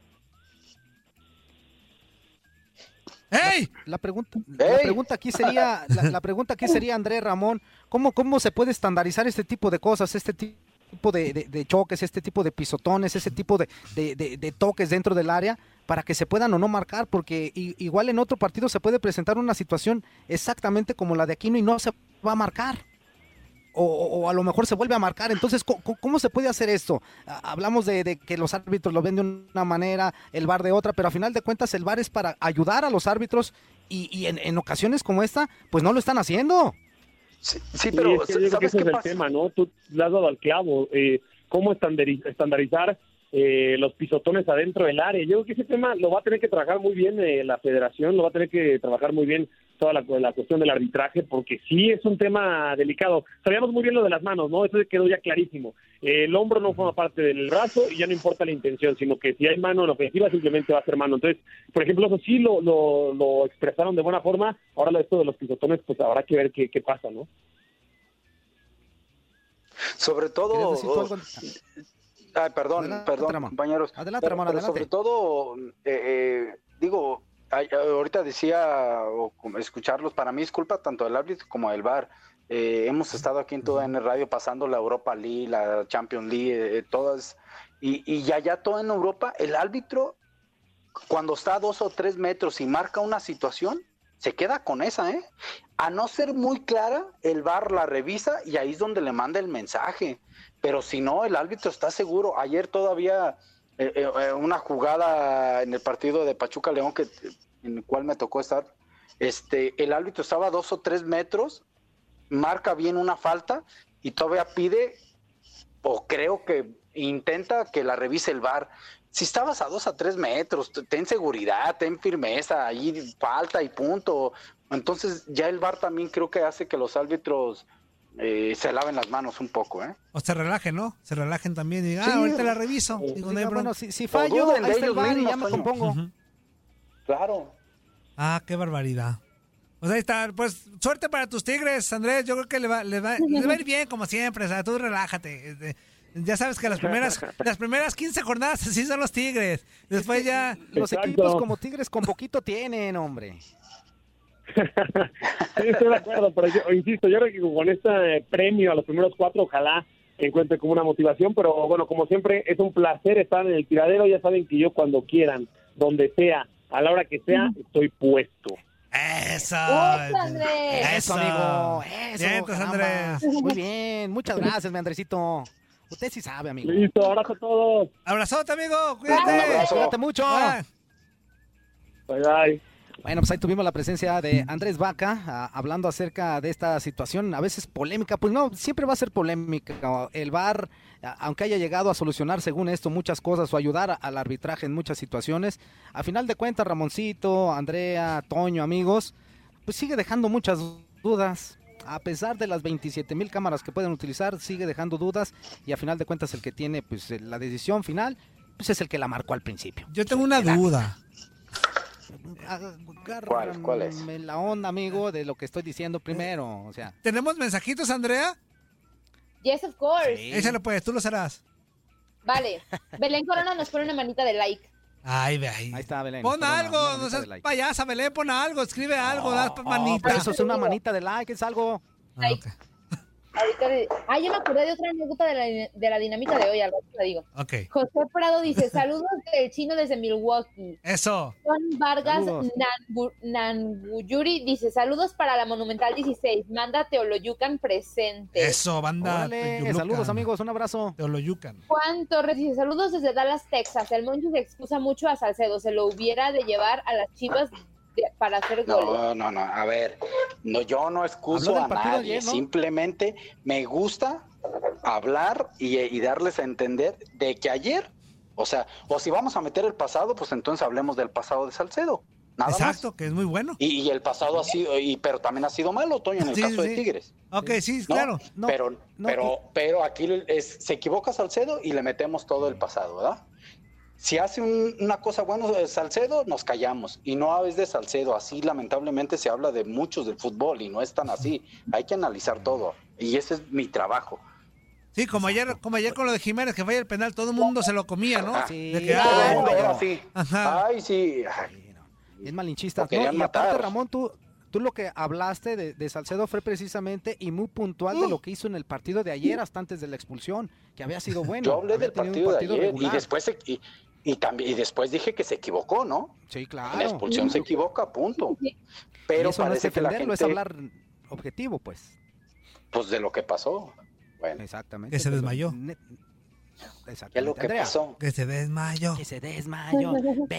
Speaker 5: ¡Ey!
Speaker 7: La pregunta aquí sería, la pregunta aquí sería, Andrés, Ramón, ¿cómo se puede estandarizar este tipo de cosas, este tipo de choques, este tipo de pisotones, ese tipo de toques dentro del área para que se puedan o no marcar? Porque igual en otro partido se puede presentar una situación exactamente como la de Aquino y no se va a marcar. O a lo mejor se vuelve a marcar. Entonces, ¿cómo se puede hacer esto? Hablamos de que los árbitros lo ven de una manera, el VAR de otra, pero a final de cuentas el VAR es para ayudar a los árbitros y en ocasiones como esta, pues no lo están haciendo.
Speaker 9: Sí, pero
Speaker 12: yo creo que ese es el tema, ¿no? Tú le has dado al clavo. ¿Cómo estandarizar los pisotones adentro del área? Yo creo que ese tema lo va a tener que trabajar muy bien la federación, lo va a tener que trabajar muy bien toda la cuestión del arbitraje, porque sí es un tema delicado. Sabíamos muy bien lo de las manos, ¿no? Eso quedó ya clarísimo. El hombro no forma parte del brazo y ya no importa la intención, sino que si hay mano en ofensiva simplemente va a ser mano. Entonces, por ejemplo, eso sí lo expresaron de buena forma. Ahora esto de los pisotones, pues habrá que ver qué pasa, ¿no?
Speaker 9: Sobre todo... perdón, compañeros.
Speaker 7: Adelante, Ramón, adelante.
Speaker 9: Sobre todo, ahorita decía, escucharlos, para mí es culpa tanto del árbitro como del VAR. Hemos estado aquí en TUDN Radio pasando la Europa League, la Champions League, todas, y ya todo en Europa, el árbitro, cuando está a 2 o 3 metros y marca una situación, se queda con esa, a no ser muy clara, el VAR la revisa y ahí es donde le manda el mensaje. Pero si no, el árbitro está seguro. Ayer todavía una jugada en el partido de Pachuca León en el cual me tocó estar, el árbitro estaba a 2 o 3 metros, marca bien una falta y todavía pide, o creo que intenta que la revise el VAR. Si estabas a 2 a 3 metros, ten seguridad, ten firmeza, ahí falta y punto. Entonces ya el VAR también creo que hace que los árbitros se laven las manos un poco,
Speaker 5: O se relajen, ¿no? Se relajen también y digan,
Speaker 7: sí,
Speaker 5: ahorita la reviso. Digo,
Speaker 7: bueno, si fallo, ahí está el VAR y ya me compongo.
Speaker 9: Claro.
Speaker 5: Qué barbaridad. Pues ahí está, pues suerte para tus Tigres, Andrés. Yo creo que le va a ir bien como siempre, o sea, tú relájate. Ya sabes que las primeras 15 jornadas así son los Tigres. Después ya...
Speaker 7: Los equipos como Tigres con poquito tienen, hombre.
Speaker 12: Sí, estoy de acuerdo, pero yo insisto, yo creo que con este premio a los primeros 4 ojalá encuentre como una motivación, pero bueno, como siempre es un placer estar en el tiradero. Ya saben que yo cuando quieran, donde sea, a la hora que sea, estoy puesto.
Speaker 5: Eso,
Speaker 8: Andrés.
Speaker 7: Eso, amigo. Eso,
Speaker 5: Vientos, Andrés.
Speaker 7: Muy bien, muchas gracias, mi Andresito. Usted sí sabe, amigo.
Speaker 12: Listo, abrazo a todos.
Speaker 5: Abrazote, amigo. Cuídate.
Speaker 7: Cuídate mucho.
Speaker 12: Bye, bye.
Speaker 7: Bueno, pues ahí tuvimos la presencia de Andrés Vaca hablando acerca de esta situación, a veces polémica. Pues no, siempre va a ser polémica. El VAR, aunque haya llegado a solucionar según esto muchas cosas o ayudar al arbitraje en muchas situaciones, a final de cuentas, Ramoncito, Andrea, Toño, amigos, pues sigue dejando muchas dudas. A pesar de las 27,000 cámaras que pueden utilizar, sigue dejando dudas y a final de cuentas el que tiene pues la decisión final pues es el que la marcó al principio.
Speaker 5: Yo tengo una duda.
Speaker 9: ¿Cuál es?
Speaker 7: La onda, amigo, de lo que estoy diciendo primero, o sea.
Speaker 5: ¿Tenemos mensajitos, Andrea?
Speaker 8: Yes, of course.
Speaker 7: Sí.
Speaker 5: Échale pues, tú los harás.
Speaker 8: Vale. Belén Corona nos pone una manita de like.
Speaker 5: Ay, ve ahí.
Speaker 7: Ahí está, Belén.
Speaker 5: Pon algo, no seas payasa, Belén, pon algo, escribe algo, das manita.
Speaker 7: Pues eso es una manita de like, es algo.
Speaker 8: Like. Ahorita yo me acordé de otra anécdota de la dinámica de hoy, al rato la digo.
Speaker 5: Ok.
Speaker 8: José Prado dice, saludos del chino desde Milwaukee.
Speaker 5: Eso.
Speaker 8: Juan Vargas Nanguyuri dice, saludos para la Monumental 16, manda Teoloyucan presente.
Speaker 5: Eso, banda.
Speaker 7: Órale, saludos amigos, un abrazo.
Speaker 5: Teoloyucan.
Speaker 8: Juan Torres dice, saludos desde Dallas, Texas. El Moncho se excusa mucho a Salcedo, se lo hubiera de llevar a las Chivas para hacer goles.
Speaker 9: No, a ver, yo no excuso a nadie, ayer, ¿no? Simplemente me gusta hablar y darles a entender de que ayer, o sea, o si vamos a meter el pasado, pues entonces hablemos del pasado de Salcedo. Nada
Speaker 5: Exacto,
Speaker 9: más.
Speaker 5: que es muy bueno.
Speaker 9: Y el pasado ha sido, pero también ha sido malo, Toño, en el caso de Tigres.
Speaker 5: Ok, sí,
Speaker 9: ¿no?
Speaker 5: claro.
Speaker 9: Pero aquí se equivoca Salcedo y le metemos todo el pasado, ¿verdad? Si hace una cosa buena Salcedo, nos callamos. Y no es de Salcedo. Así, lamentablemente, se habla de muchos del fútbol y no es tan así. Hay que analizar todo. Y ese es mi trabajo.
Speaker 5: Sí, como ayer con lo de Jiménez, que falla el penal, todo el mundo se lo comía, ¿no?
Speaker 7: Sí.
Speaker 5: De que,
Speaker 9: ahora sí.
Speaker 5: Ajá.
Speaker 9: Ay, sí.
Speaker 7: Es malinchista.
Speaker 9: No,
Speaker 7: y aparte, Ramón, tú lo que hablaste de Salcedo fue precisamente y muy puntual de lo que hizo en el partido de ayer, hasta antes de la expulsión, que había sido bueno.
Speaker 9: Yo hablé del partido de ayer
Speaker 7: regular.
Speaker 9: y después dije que se equivocó, ¿no?
Speaker 7: Sí, claro.
Speaker 9: En la expulsión se equivoca, punto.
Speaker 7: y
Speaker 9: Pero
Speaker 7: eso
Speaker 9: parece
Speaker 7: no es
Speaker 9: que la
Speaker 7: defenderlo,
Speaker 9: gente...
Speaker 7: es hablar objetivo, pues.
Speaker 9: Pues de lo que pasó. Bueno.
Speaker 7: Exactamente.
Speaker 5: Que se desmayó.
Speaker 9: ¿Qué es lo que pasó?
Speaker 5: Que se desmayó.
Speaker 7: Que se desmayó.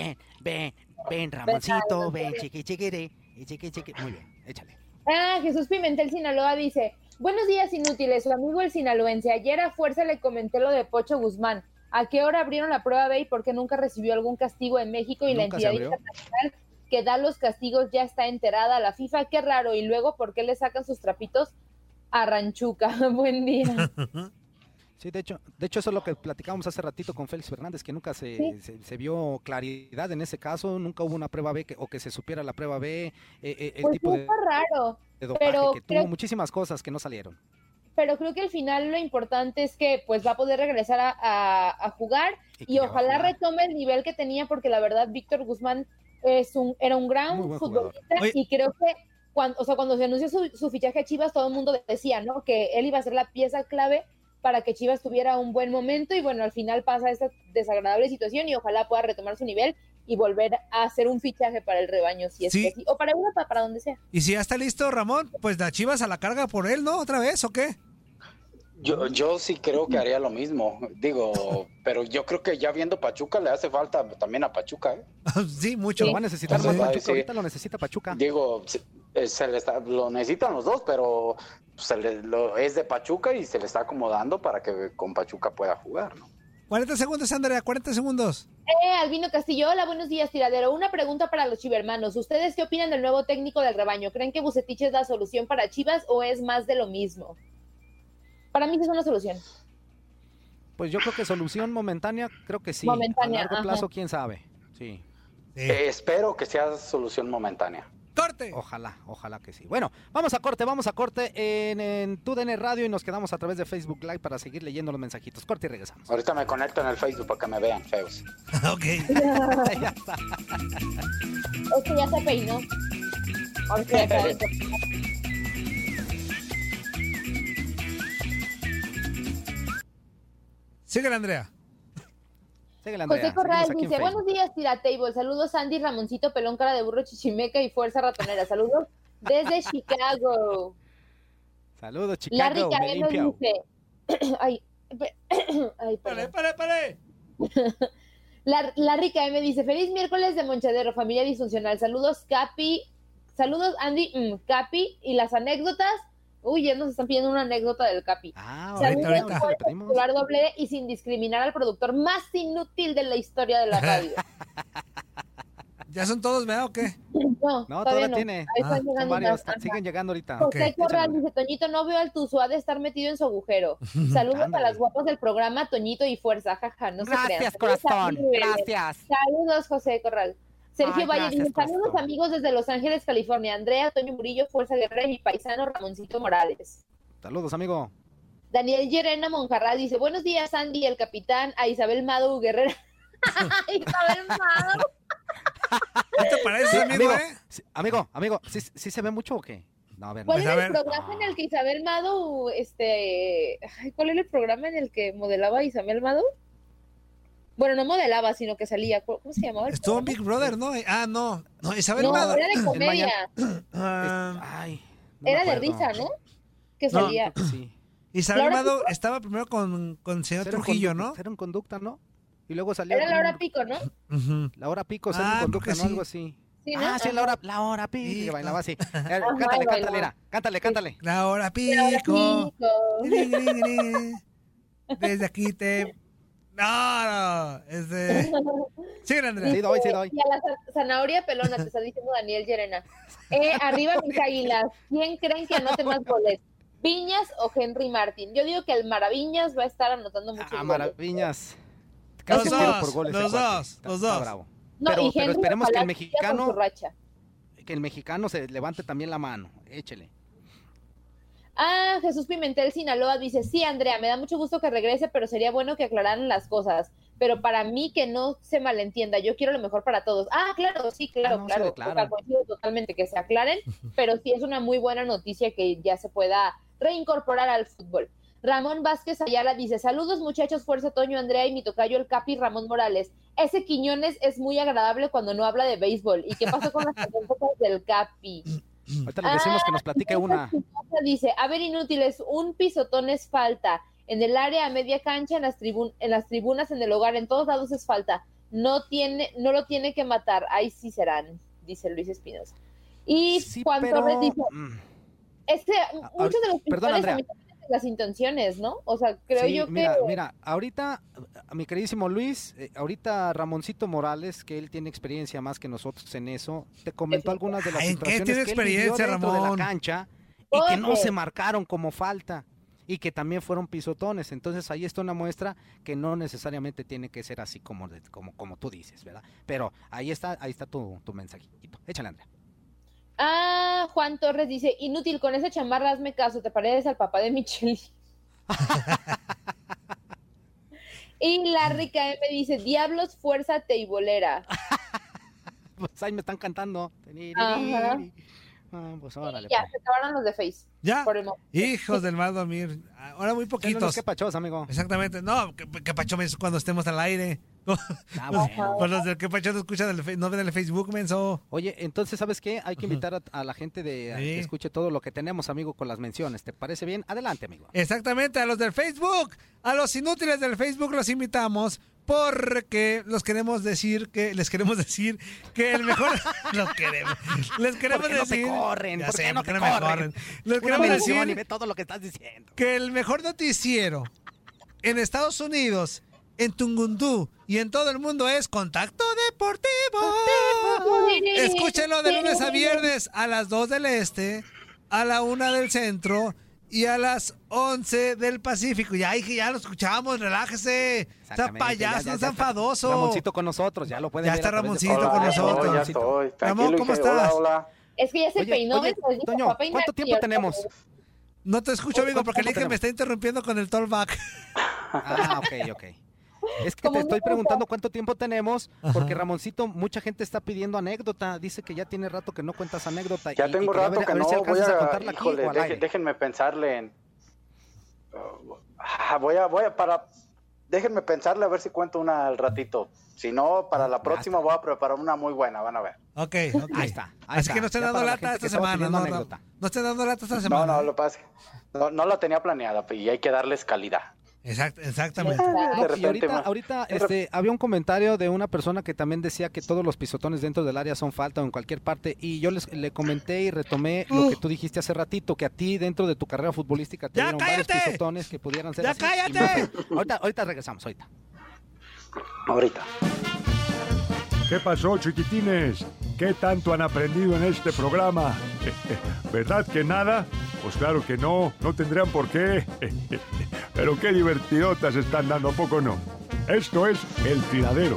Speaker 7: Ven, Ramoncito, ven, chiqui. Muy bien, échale.
Speaker 8: Jesús Pimentel Sinaloa dice, buenos días inútiles, su amigo el sinaloense, ayer a fuerza le comenté lo de Pocho Guzmán, ¿a qué hora abrieron la prueba B y por qué nunca recibió algún castigo en México? Y la entidad internacional que da los castigos ya está enterada, la FIFA, qué raro, y luego ¿por qué le sacan sus trapitos a Ranchuca? Buen día.
Speaker 7: Sí, de hecho eso es lo que platicábamos hace ratito con Félix Fernández, que nunca se vio claridad en ese caso, nunca hubo una prueba B o que se supiera la prueba B, el
Speaker 8: pues
Speaker 7: tipo de
Speaker 8: raro,
Speaker 7: dopaje
Speaker 8: pero
Speaker 7: que tuvo, muchísimas cosas que no salieron.
Speaker 8: Pero creo que al final lo importante es que pues va a poder regresar a jugar y ojalá retome el nivel que tenía, porque la verdad Víctor Guzmán era un gran futbolista y creo que cuando se anunció su fichaje a Chivas, todo el mundo decía, ¿no? Que él iba a ser la pieza clave para que Chivas tuviera un buen momento y bueno, al final pasa esta desagradable situación y ojalá pueda retomar su nivel y volver a hacer un fichaje para el rebaño, si es que sí, o para Europa, para donde sea.
Speaker 5: Y si ya está listo, Ramón, pues la Chivas a la carga por él, ¿no? ¿Otra vez o qué?
Speaker 9: Yo sí creo que haría lo mismo, digo, pero yo creo que ya viendo Pachuca le hace falta también a Pachuca, ¿eh?
Speaker 5: Sí, mucho.
Speaker 7: Lo va a necesitar más Pachuca, sí. Ahorita lo necesita Pachuca.
Speaker 9: Digo, lo necesitan los dos, pero es de Pachuca y se le está acomodando para que con Pachuca pueda jugar, ¿no?
Speaker 5: 40 segundos, Andrea, 40 segundos.
Speaker 8: Albino Castillo, hola, buenos días, tiradero. Una pregunta para los chivermanos. ¿Ustedes qué opinan del nuevo técnico del rebaño? ¿Creen que Vucetich es la solución para Chivas o es más de lo mismo? Para mí sí es una solución.
Speaker 7: Pues yo creo que solución momentánea, creo que sí.
Speaker 8: Momentánea,
Speaker 7: a largo plazo, quién sabe. Sí.
Speaker 9: Espero que sea solución momentánea.
Speaker 5: ¡Corte!
Speaker 7: Ojalá que sí. Bueno, vamos a corte en TUDN Radio y nos quedamos a través de Facebook Live para seguir leyendo los mensajitos. Corte y regresamos.
Speaker 9: Ahorita me conecto en el Facebook para que me vean, feos.
Speaker 5: Ok.
Speaker 8: Ya está. Es que ya se peinó.
Speaker 5: Síguele, Andrea.
Speaker 8: José Corral dice, buenos días, Tiratable. Saludos, Andy, Ramoncito, Pelón, Cara de Burro, Chichimeca y Fuerza Ratonera. Saludos desde Chicago.
Speaker 7: Saludos, Chicago.
Speaker 8: Larry Cabello dice... Ay,
Speaker 5: pare.
Speaker 8: La Rica M dice, feliz miércoles de Monchadero, familia disfuncional. Saludos, Capi. Saludos, Andy, Capi. Y las anécdotas. Uy, ya nos están pidiendo una anécdota del Capi. Saludos, titular doble y sin discriminar al productor más inútil de la historia de la radio.
Speaker 5: ¿Ya son todos, ¿verdad, o qué?
Speaker 7: No, todavía tiene. Ahí están llegando varios, siguen llegando ahorita.
Speaker 8: José Corral dice, Toñito, no veo al Tuzua de estar metido en su agujero. Saludos a las guapas del programa, Toñito y Fuerza, jaja, no se crean.
Speaker 7: Gracias, corazón, gracias.
Speaker 8: Saludos, José Corral. Sergio Valle dice, saludos amigos desde Los Ángeles, California. Andrea, Toño Murillo, Fuerza Guerrera y mi paisano Ramoncito Morales.
Speaker 7: Saludos, amigo.
Speaker 8: Daniel Llerena Monjarral dice, buenos días, Andy, el capitán, a Isabel Madu Guerrera. Isabel Madu.
Speaker 5: ¿Qué te parece, amigo,
Speaker 7: amigo, ¿sí se ve mucho o qué? No, a ver.
Speaker 8: ¿Cuál era el programa en el que Isabel Madu, cuál era el programa en el que modelaba a Isabel Madu? Bueno, no modelaba, sino que salía. ¿Cómo se llamaba?
Speaker 5: Estuvo en Big Brother, ¿no? No, Isabel Madu.
Speaker 8: No, era de comedia. Era de risa, ¿no? Que salía.
Speaker 7: Sí.
Speaker 5: Isabel Madu estaba primero con el señor Trujillo, ¿no?
Speaker 7: Era en conducta, ¿no? Y luego salió.
Speaker 8: Era la hora pico, ¿no?
Speaker 7: La hora pico, salió en conducta, ¿no? Algo así.
Speaker 8: Sí, ¿no?
Speaker 7: Sí, la hora pico. Y bailaba así. Cántale.
Speaker 5: La hora pico. Desde aquí te... No. Sí, Andrea.
Speaker 7: Sí doy.
Speaker 8: Y a la zanahoria pelona, te está diciendo Daniel Llerena. Arriba mis águilas. ¿Quién creen que anote más goles? ¿Viñas o Henry Martin? Yo digo que el Maraviñas va a estar anotando muchos goles.
Speaker 7: Maraviñas.
Speaker 5: Los dos.
Speaker 7: Bravo.
Speaker 8: No,
Speaker 7: pero esperemos que el mexicano se levante también la mano. Échele.
Speaker 8: Jesús Pimentel Sinaloa dice, sí, Andrea, me da mucho gusto que regrese, pero sería bueno que aclararan las cosas. Pero para mí que no se malentienda, yo quiero lo mejor para todos. Claro, sí, claro. O sea, coincido totalmente que se aclaren, pero sí es una muy buena noticia que ya se pueda reincorporar al fútbol. Ramón Vázquez Ayala dice, saludos muchachos, Fuerza Toño, Andrea y mi tocayo el Capi Ramón Morales. Ese Quiñones es muy agradable cuando no habla de béisbol. ¿Y qué pasó con las preguntas del Capi?
Speaker 7: Ahorita le decimos que nos platique una.
Speaker 8: Dice, a ver, inútiles, un pisotón es falta. En el área, a media cancha, en las tribunas, en el hogar, en todos lados es falta. No lo tiene que matar. Ahí sí serán, dice Luis Espinosa. Y Juan Torres dice, muchos de los principales también las intenciones, ¿no? O sea, creo yo que...
Speaker 7: Mira, ahorita, mi queridísimo Luis, ahorita Ramoncito Morales, que él tiene experiencia más que nosotros en eso, te comentó algunas de las situaciones que él vivió dentro de la cancha y que no se marcaron como falta y que también fueron pisotones. Entonces ahí está una muestra que no necesariamente tiene que ser así como tú dices, ¿verdad? Pero ahí está tu mensajito. Échale, Andrea.
Speaker 8: Juan Torres dice, inútil, con esa chamarra hazme caso, te pareces al papá de Michelle. Y la Rica M dice, diablos, fuerza teibolera.
Speaker 7: Pues ahí me están cantando. Pues órale.
Speaker 8: Ya, se acabaron los de Face.
Speaker 5: ¿Ya? Hijos del mal dormir. Ahora muy poquitos.
Speaker 7: ¿Qué pachos, amigo?
Speaker 5: Exactamente. No, ¿qué pacho menso cuando estemos al aire? Pues los del que pacho no escuchan, no ven el Facebook, menso.
Speaker 7: Oye, entonces, ¿sabes qué? Hay que invitar a la gente que escuche todo lo que tenemos, amigo, con las menciones. ¿Te parece bien? Adelante, amigo.
Speaker 5: Exactamente, a los del Facebook, a los inútiles del Facebook los invitamos. Porque les queremos decir que el mejor les queremos decir
Speaker 7: no corren,
Speaker 5: ya
Speaker 7: ¿por
Speaker 5: sé,
Speaker 7: qué no
Speaker 5: ¿por qué
Speaker 7: te
Speaker 5: no me
Speaker 7: corren?
Speaker 5: Les queremos decir
Speaker 7: y ve todo lo que estás diciendo.
Speaker 5: Que el mejor noticiero en Estados Unidos, en Tungundú y en todo el mundo es Contacto Deportivo. Escúchenlo de lunes a viernes a las 2 del Este, a la 1 del Centro y a las 11 del Pacífico. Ya lo escuchamos, relájese. Está payaso, no está enfadoso.
Speaker 7: Ramoncito con nosotros, ya lo pueden ver.
Speaker 5: Ya está Ramoncito con nosotros.
Speaker 9: Ya estoy.
Speaker 5: Ramón, ¿cómo estás?
Speaker 9: Hola.
Speaker 8: Es que ya se peinó.
Speaker 7: Toño, ¿cuánto tiempo tenemos?
Speaker 5: No te escucho, amigo, porque el Ike me está interrumpiendo con el talkback.
Speaker 7: Ok. Es que te estoy preguntando cuánto tiempo tenemos, porque Ramoncito, mucha gente está pidiendo anécdota. Dice que ya tiene rato que no cuentas anécdota.
Speaker 9: Ya tengo rato que no.
Speaker 7: Voy a contarla aquí.
Speaker 9: Híjole, déjenme pensarle en... Déjenme pensarle a ver si cuento una al ratito. Si no, para la próxima voy a preparar una muy buena, van a ver.
Speaker 5: Ok.
Speaker 7: Ahí está.
Speaker 5: Así que no estén dando lata esta semana, no estén dando lata esta semana.
Speaker 9: No, lo pase. No la tenía planeada y hay que darles calidad.
Speaker 5: Exactamente.
Speaker 7: No, y ahorita había un comentario de una persona que también decía que todos los pisotones dentro del área son falta o en cualquier parte, y yo le comenté y retomé lo que tú dijiste hace ratito, que a ti dentro de tu carrera futbolística te dieron varios pisotones que pudieran ser
Speaker 5: ¡Ya
Speaker 7: así.
Speaker 5: cállate!
Speaker 7: Ahorita regresamos, ahorita.
Speaker 13: ¿Qué pasó, chiquitines? ¿Qué tanto han aprendido en este programa? ¿Verdad que nada? Pues claro que no tendrían por qué. Pero qué divertidotas están dando, ¿a poco no? Esto es El Tiradero.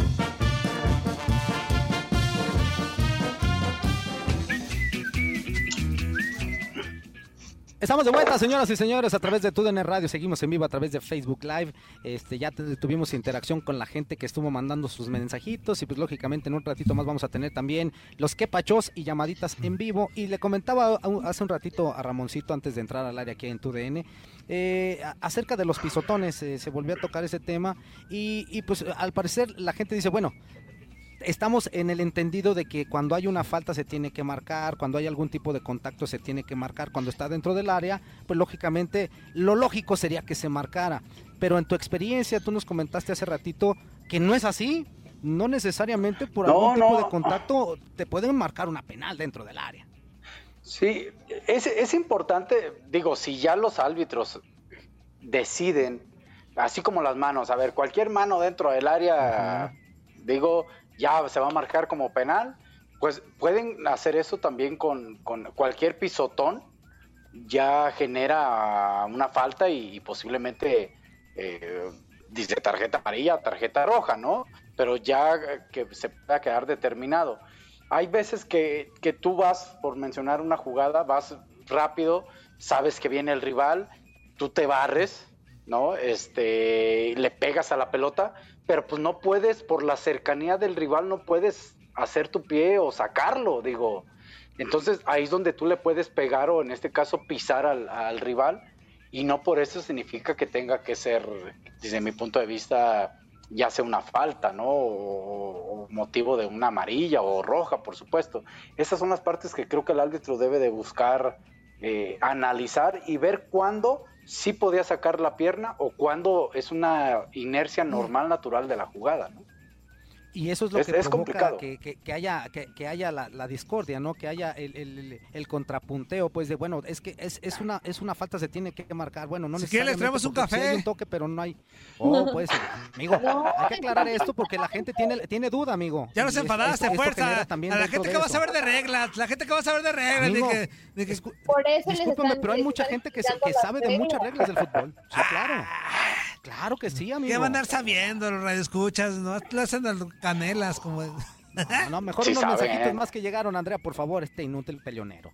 Speaker 7: Estamos de vuelta, señoras y señores, a través de TUDN Radio. Seguimos en vivo a través de Facebook Live. Ya tuvimos interacción con la gente que estuvo mandando sus mensajitos, y pues lógicamente en un ratito más vamos a tener también los quepachos y llamaditas en vivo. Y le comentaba hace un ratito a Ramoncito, antes de entrar al área aquí en TUDN, acerca de los pisotones. Se volvió a tocar ese tema y pues al parecer la gente dice, bueno, estamos en el entendido de que cuando hay una falta se tiene que marcar, cuando hay algún tipo de contacto se tiene que marcar, cuando está dentro del área, pues lógicamente lo lógico sería que se marcara. Pero en tu experiencia, tú nos comentaste hace ratito que no es así, no necesariamente por algún tipo de contacto te pueden marcar una penal dentro del área.
Speaker 9: Sí, es importante, digo, si ya los árbitros deciden, así como las manos, a ver, cualquier mano dentro del área, digo, ya se va a marcar como penal, pues pueden hacer eso también con cualquier pisotón, ya genera una falta y posiblemente dice tarjeta amarilla, tarjeta roja, ¿no? Pero ya que se pueda quedar determinado. Hay veces que tú vas, por mencionar una jugada, vas rápido, sabes que viene el rival, tú te barres, ¿no? Le pegas a la pelota, pero pues no puedes, por la cercanía del rival, no puedes hacer tu pie o sacarlo, digo. Entonces ahí es donde tú le puedes pegar o en este caso pisar al rival, y no por eso significa que tenga que ser, desde mi punto de vista, ya sea una falta, ¿no? O motivo de una amarilla o roja, por supuesto. Esas son las partes que creo que el árbitro debe de buscar, analizar y ver cuándo sí podía sacar la pierna o cuándo es una inercia normal, natural de la jugada, ¿no?
Speaker 7: Y eso es lo que provoca
Speaker 9: complicado.
Speaker 7: que haya la discordia, ¿no? Que haya el contrapunteo, pues de bueno, es que es una falta, se tiene que marcar. Bueno, no
Speaker 5: si quieres les traemos un café.
Speaker 7: Sí hay un toque, pero no hay. Pues, amigo, hay que aclarar esto porque la gente tiene duda, amigo.
Speaker 5: Ya nos enfadaste, fuerza. A la gente que va a saber de reglas,
Speaker 7: Amigo,
Speaker 8: por eso
Speaker 7: discúlpame, pero hay mucha gente que sabe de muchas reglas del fútbol. Sí, claro. Claro que sí, amigo.
Speaker 5: ¿Qué van a andar sabiendo los radioescuchas? No le hacen las canelas como...
Speaker 7: No, mejor sí unos mensajitos más que llegaron, Andrea, por favor, inútil peleonero.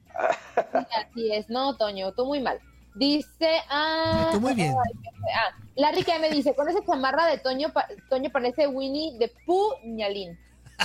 Speaker 8: Así es, no, Toño, tú muy mal. Dice...
Speaker 5: tú muy bien.
Speaker 8: Larry que me dice, con esa chamarra de Toño parece Winnie de Puñalín.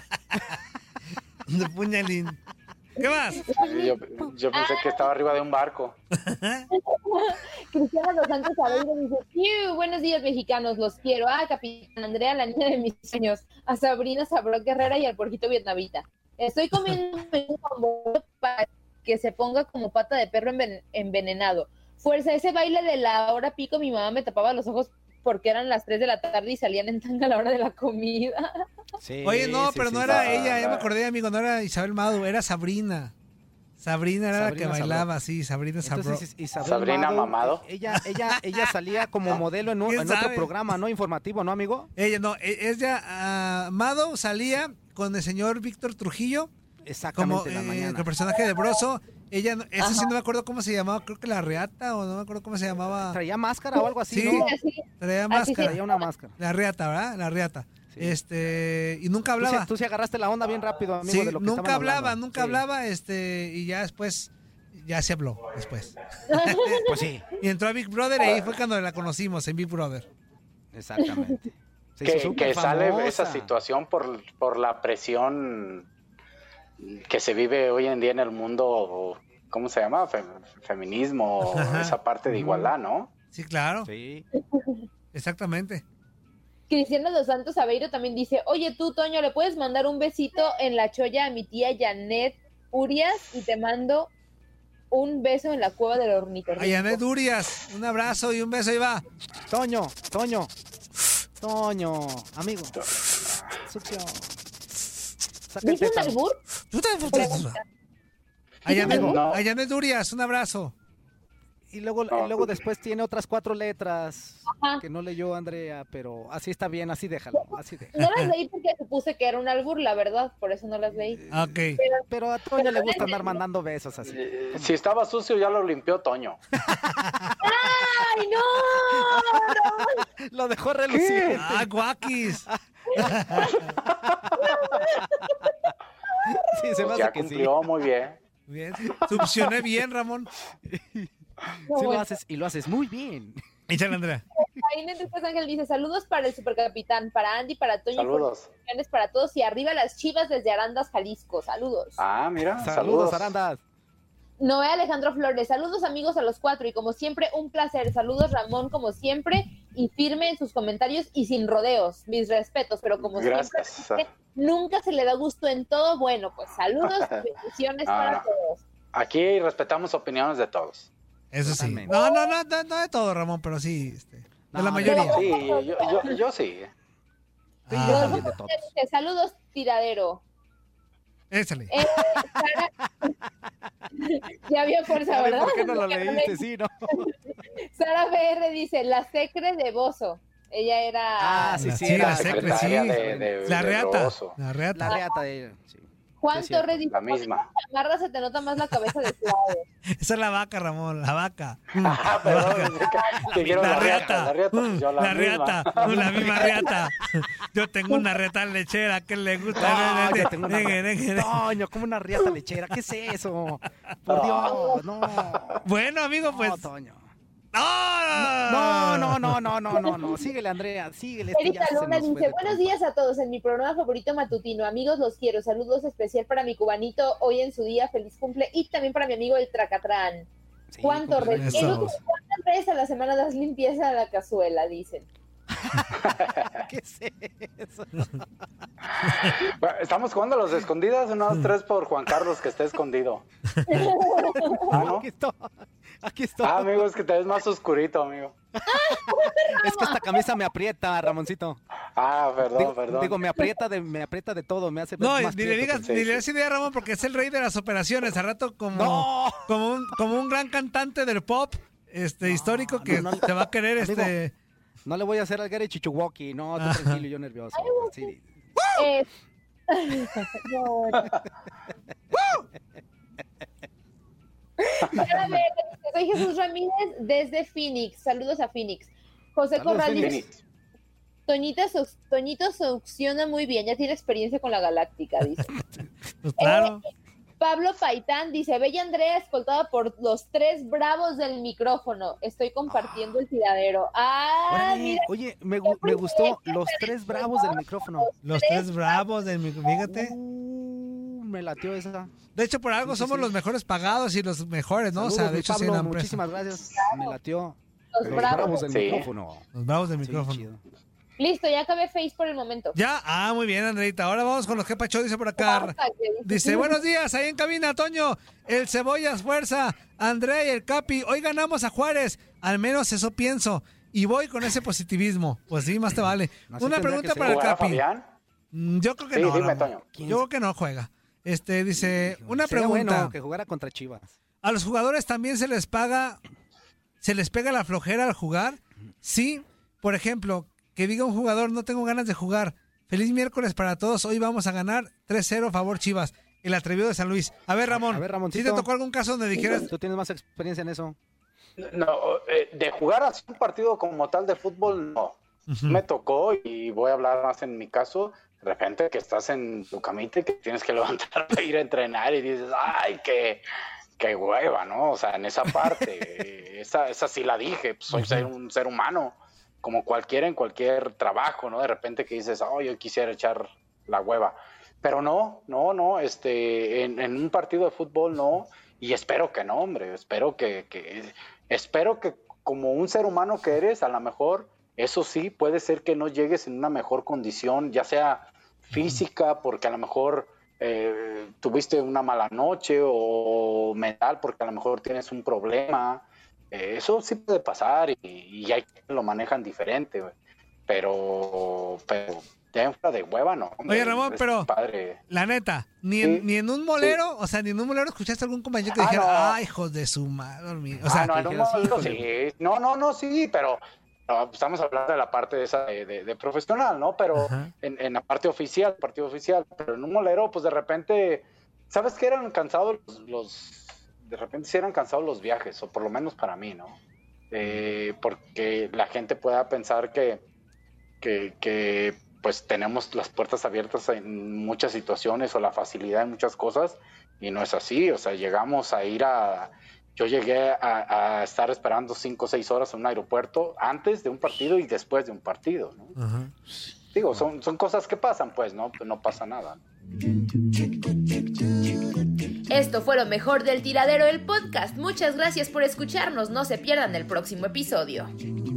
Speaker 5: De Puñalín. ¿Qué más?
Speaker 9: Yo pensé que estaba arriba de un barco.
Speaker 8: Cristiano Dos Santos Aveiro dice, buenos días mexicanos, los quiero. Capitán Andrea, la niña de mis sueños. A Sabrina Sabrok Guerrera y al porquito vietnamita. Estoy comiendo un para que se ponga como pata de perro envenenado. Fuerza, ese baile de la hora pico, mi mamá me tapaba los ojos porque eran las 3 de la tarde y salían en tanga a la hora de la comida.
Speaker 5: Sí, oye, no, pero no era ella, ya me acordé, amigo, no era Isabel Mado, era Sabrina. Sabrina era la que bailaba, sí, Sabrina Sabrok.
Speaker 9: Sabrina Mamado.
Speaker 7: Ella salía como modelo en otro programa, ¿no? Informativo, ¿no, amigo?
Speaker 5: Ella, Mado salía con el señor Víctor Trujillo.
Speaker 7: Exactamente,
Speaker 5: como,
Speaker 7: la mañana.
Speaker 5: El personaje de Broso. Ella, ese sí no me acuerdo cómo se llamaba, creo que la Reata, o no me acuerdo cómo se llamaba.
Speaker 7: Traía máscara o algo así,
Speaker 5: sí,
Speaker 7: ¿no?
Speaker 5: Traía máscara.
Speaker 7: Traía una máscara.
Speaker 5: La Reata, ¿verdad? La Reata. Sí. Y nunca hablaba.
Speaker 7: Tú sí agarraste la onda bien rápido, amigo,
Speaker 5: sí,
Speaker 7: de lo que
Speaker 5: nunca hablaba,
Speaker 7: sí.
Speaker 5: Y ya después, ya se habló, después.
Speaker 7: Pues sí.
Speaker 5: Y entró a Big Brother y ahí fue cuando la conocimos, en Big Brother.
Speaker 7: Exactamente.
Speaker 9: Que sale esa situación por la presión que se vive hoy en día en el mundo, ¿cómo se llama? Feminismo, esa parte de igualdad, ¿no?
Speaker 5: Sí, claro.
Speaker 7: Sí.
Speaker 5: Exactamente.
Speaker 8: Cristiano Dos Santos Aveiro también dice, oye tú, Toño, ¿le puedes mandar un besito en la cholla a mi tía Janet Urias? Y te mando un beso en la cueva del ornitorrinco.
Speaker 5: Ayanet Durias, un abrazo y un beso, ahí va.
Speaker 7: Toño, amigo. Succión.
Speaker 8: ¿Dice un albur?
Speaker 5: Ayanet Durias, un abrazo.
Speaker 7: Y luego después tiene otras 4 letras que no leyó Andrea, pero así está bien, así déjalo.
Speaker 8: No las leí porque supuse que era un albur, la verdad, por eso no las leí.
Speaker 5: Okay.
Speaker 7: Pero a Toño le gusta andar mandando besos así.
Speaker 9: Si estaba sucio ya lo limpió Toño.
Speaker 8: ¡Ay, no!
Speaker 7: Lo dejó reluciente.
Speaker 5: ¡Ah, guaquis!
Speaker 7: Sí, se me hace
Speaker 9: ya
Speaker 7: que
Speaker 9: cumplió muy bien.
Speaker 5: Bien. Succioné bien, Ramón.
Speaker 7: Sí lo haces y lo haces muy bien.
Speaker 5: Échale, Andrea.
Speaker 8: Ahí después Ángel dice, saludos para el supercapitán, para Andy, para Toño.
Speaker 9: Saludos.
Speaker 8: Para todos y arriba las Chivas desde Arandas, Jalisco. Saludos.
Speaker 9: Ah, mira.
Speaker 7: Saludos, Arandas.
Speaker 8: Noé Alejandro Flores, saludos amigos a los 4 y como siempre un placer. Saludos Ramón como siempre y firme en sus comentarios y sin rodeos. Mis respetos, pero como siempre nunca se le da gusto en todo. Bueno, pues saludos y bendiciones para todos.
Speaker 9: Aquí respetamos opiniones de todos.
Speaker 5: Eso sí. No de todo, Ramón, pero sí, de la mayoría.
Speaker 9: Sí, yo sí.
Speaker 8: Saludos, tiradero.
Speaker 5: Échale.
Speaker 8: Ya había fuerza, ¿verdad?
Speaker 7: ¿Por qué no lo leíste? Sí, ¿no?
Speaker 8: Sara BR dice, la secre de Bozo. Ella era...
Speaker 5: la secre, sí. La reata.
Speaker 7: La reata de ella, sí.
Speaker 8: Juan Torres dice,
Speaker 9: la misma.
Speaker 8: Amarra, se te nota más la cabeza de suave.
Speaker 5: Esa es la vaca, Ramón, la vaca.
Speaker 9: Perdón,
Speaker 5: la reata. La misma reata. Yo tengo una reata lechera que le gusta.
Speaker 7: Toño, como una reata lechera, ¿qué es eso? Por Dios, no.
Speaker 5: Bueno, amigo, pues.
Speaker 7: No, Toño.
Speaker 5: No.
Speaker 7: Síguele, Andrea, síguele.
Speaker 8: Erika Luna dice, buenos días a todos en mi programa favorito matutino. Amigos, los quiero. Saludos especial para mi cubanito hoy en su día. Feliz cumple. Y también para mi amigo el Tracatrán. Sí, Juan Torres. ¿Cuántas veces a la semana das limpieza a la cazuela? Dicen.
Speaker 7: ¿Qué es eso?
Speaker 9: Estamos jugando a los escondidas, unos 3 por Juan Carlos que está escondido. ¿No?
Speaker 7: Aquí estoy.
Speaker 9: Amigo, es que te ves más oscurito, amigo.
Speaker 7: Es que esta camisa me aprieta, Ramoncito.
Speaker 9: Perdón.
Speaker 7: Digo, me aprieta de todo, me hace
Speaker 5: no,
Speaker 7: más
Speaker 5: ni le digas idea, Ramón, porque es el rey de las operaciones. Al rato como un gran cantante del pop histórico que te va a querer
Speaker 7: amigo, no le voy a hacer al Gary Chichuwoki, no, tú tranquilo, yo nervioso. Sí.
Speaker 8: Soy Jesús Ramírez desde Phoenix. Saludos a Phoenix. José Corral. Toñito succiona muy bien, ya tiene experiencia con la galáctica, dice.
Speaker 5: Claro.
Speaker 8: Pablo Paitán dice, Bella Andrea escoltada por los 3 bravos del micrófono. Estoy compartiendo el tiradero. Mira,
Speaker 7: oye, me gustó los 3 bravos del micrófono.
Speaker 5: Los 3 bravos del micrófono, fíjate.
Speaker 7: Me latió esa.
Speaker 5: De hecho, por algo somos los mejores pagados y los mejores, ¿no?
Speaker 7: Saludos,
Speaker 5: o sea, de hecho,
Speaker 7: Pablo, muchísimas gracias. Me latió. Los bravos del micrófono.
Speaker 5: Los bravos del micrófono.
Speaker 7: Chido.
Speaker 8: Listo, ya acabé Face por el momento.
Speaker 5: Ya, muy bien, Andreita. Ahora vamos con los que Pacho dice por acá. Dice, buenos días, ahí en cabina, Toño, el Cebollas Fuerza, Andrea y el Capi. Hoy ganamos a Juárez, al menos eso pienso. Y voy con ese positivismo. Pues sí, más te vale. Una pregunta para el Capi.
Speaker 9: Fabián?
Speaker 5: Yo creo que
Speaker 9: sí,
Speaker 5: no.
Speaker 9: Dime, Toño.
Speaker 5: Yo creo que no juega. Dice, una pregunta.
Speaker 7: Bueno que jugara contra Chivas.
Speaker 5: ¿A los jugadores también se les pega la flojera al jugar? Sí, por ejemplo, que diga un jugador, no tengo ganas de jugar. Feliz miércoles para todos, hoy vamos a ganar 3-0 favor Chivas. El atrevido de San Luis. A ver, Ramón, ¿sí te tocó algún caso donde dijeras?
Speaker 7: ¿Tú tienes más experiencia en eso?
Speaker 9: No, de jugar así un partido como tal de fútbol, no. Me tocó y voy a hablar más en mi caso. De repente que estás en tu camita y que tienes que levantarte e ir a entrenar y dices, ¡ay, qué hueva!, ¿no? O sea, en esa parte, esa sí la dije, pues soy un ser humano, como cualquiera en cualquier trabajo, ¿no? De repente que dices, yo quisiera echar la hueva. Pero no, en un partido de fútbol no, y espero que no, hombre, espero que como un ser humano que eres, a lo mejor, eso sí, puede ser que no llegues en una mejor condición, ya sea física, porque a lo mejor tuviste una mala noche o mental porque a lo mejor tienes un problema. Eso sí puede pasar y hay quienes lo manejan diferente, güey. Pero ya fuera de hueva, no.
Speaker 5: Oye, Ramón, pero
Speaker 9: padre.
Speaker 5: La neta, ni en un molero, o sea, ni en un molero escuchaste algún compañero que dijera, ay, hijos de su madre. O sea,
Speaker 9: no, en un molero sí. No, sí, pero estamos hablando de la parte esa de profesional, ¿no? Pero en la parte oficial, partido oficial, pero en un molero, pues de repente, ¿sabes qué? Eran cansados de repente sí eran cansados los viajes, o por lo menos para mí, ¿no? Porque la gente pueda pensar que pues tenemos las puertas abiertas en muchas situaciones o la facilidad en muchas cosas, y no es así. O sea, yo llegué a estar esperando 5 o 6 horas en un aeropuerto antes de un partido y después de un partido, ¿no? Digo, son cosas que pasan, pues, ¿no? No pasa nada.
Speaker 14: Esto fue lo mejor del Tiradero del podcast. Muchas gracias por escucharnos. No se pierdan el próximo episodio.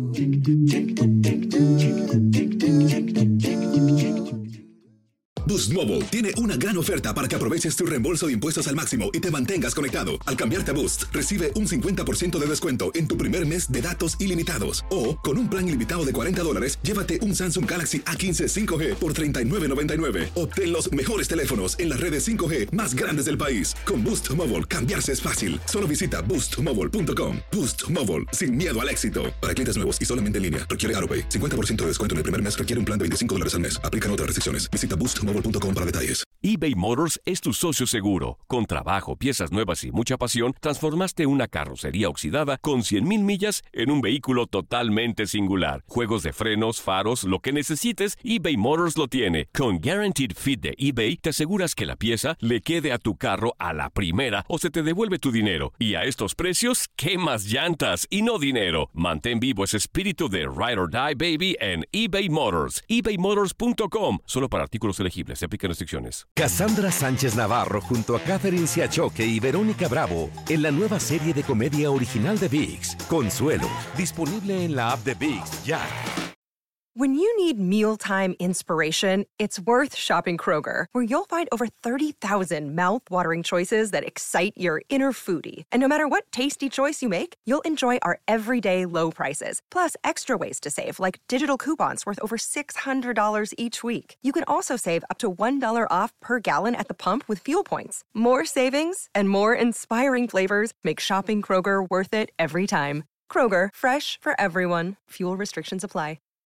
Speaker 3: Boost Mobile tiene una gran oferta para que aproveches tu reembolso de impuestos al máximo y te mantengas conectado. Al cambiarte a Boost, recibe un 50% de descuento en tu primer mes de datos ilimitados. O, con un plan ilimitado de $40, llévate un Samsung Galaxy A15 5G por $39.99. Obtén los mejores teléfonos en las redes 5G más grandes del país. Con Boost Mobile, cambiarse es fácil. Solo visita boostmobile.com. Boost Mobile, sin miedo al éxito. Para clientes nuevos y solamente en línea, requiere AroPay. 50% de descuento en el primer mes requiere un plan de $25 al mes. Aplican otras restricciones. Visita boostmobile.com para detalles.
Speaker 1: eBay Motors es tu socio seguro. Con trabajo, piezas nuevas y mucha pasión, transformaste una carrocería oxidada con 100,000 millas en un vehículo totalmente singular. Juegos de frenos, faros, lo que necesites, eBay Motors lo tiene. Con Guaranteed Fit de eBay, te aseguras que la pieza le quede a tu carro a la primera o se te devuelve tu dinero. Y a estos precios, ¿qué más llantas y no dinero? Mantén vivo ese espíritu de Ride or Die, baby, en eBay Motors. ebaymotors.com. Solo para artículos elegibles. Se aplican restricciones.
Speaker 15: Cassandra Sánchez Navarro junto a Catherine Siachoque y Verónica Bravo en la nueva serie de comedia original de ViX, Consuelo, disponible en la app de ViX ya.
Speaker 16: When you need mealtime inspiration, it's worth shopping Kroger, where you'll find over 30,000 mouth-watering choices that excite your inner foodie. And no matter what tasty choice you make, you'll enjoy our everyday low prices, plus extra ways to save, like digital coupons worth over $600 each week. You can also save up to $1 off per gallon at the pump with fuel points. More savings and more inspiring flavors make shopping Kroger worth it every time. Kroger, fresh for everyone. Fuel restrictions apply.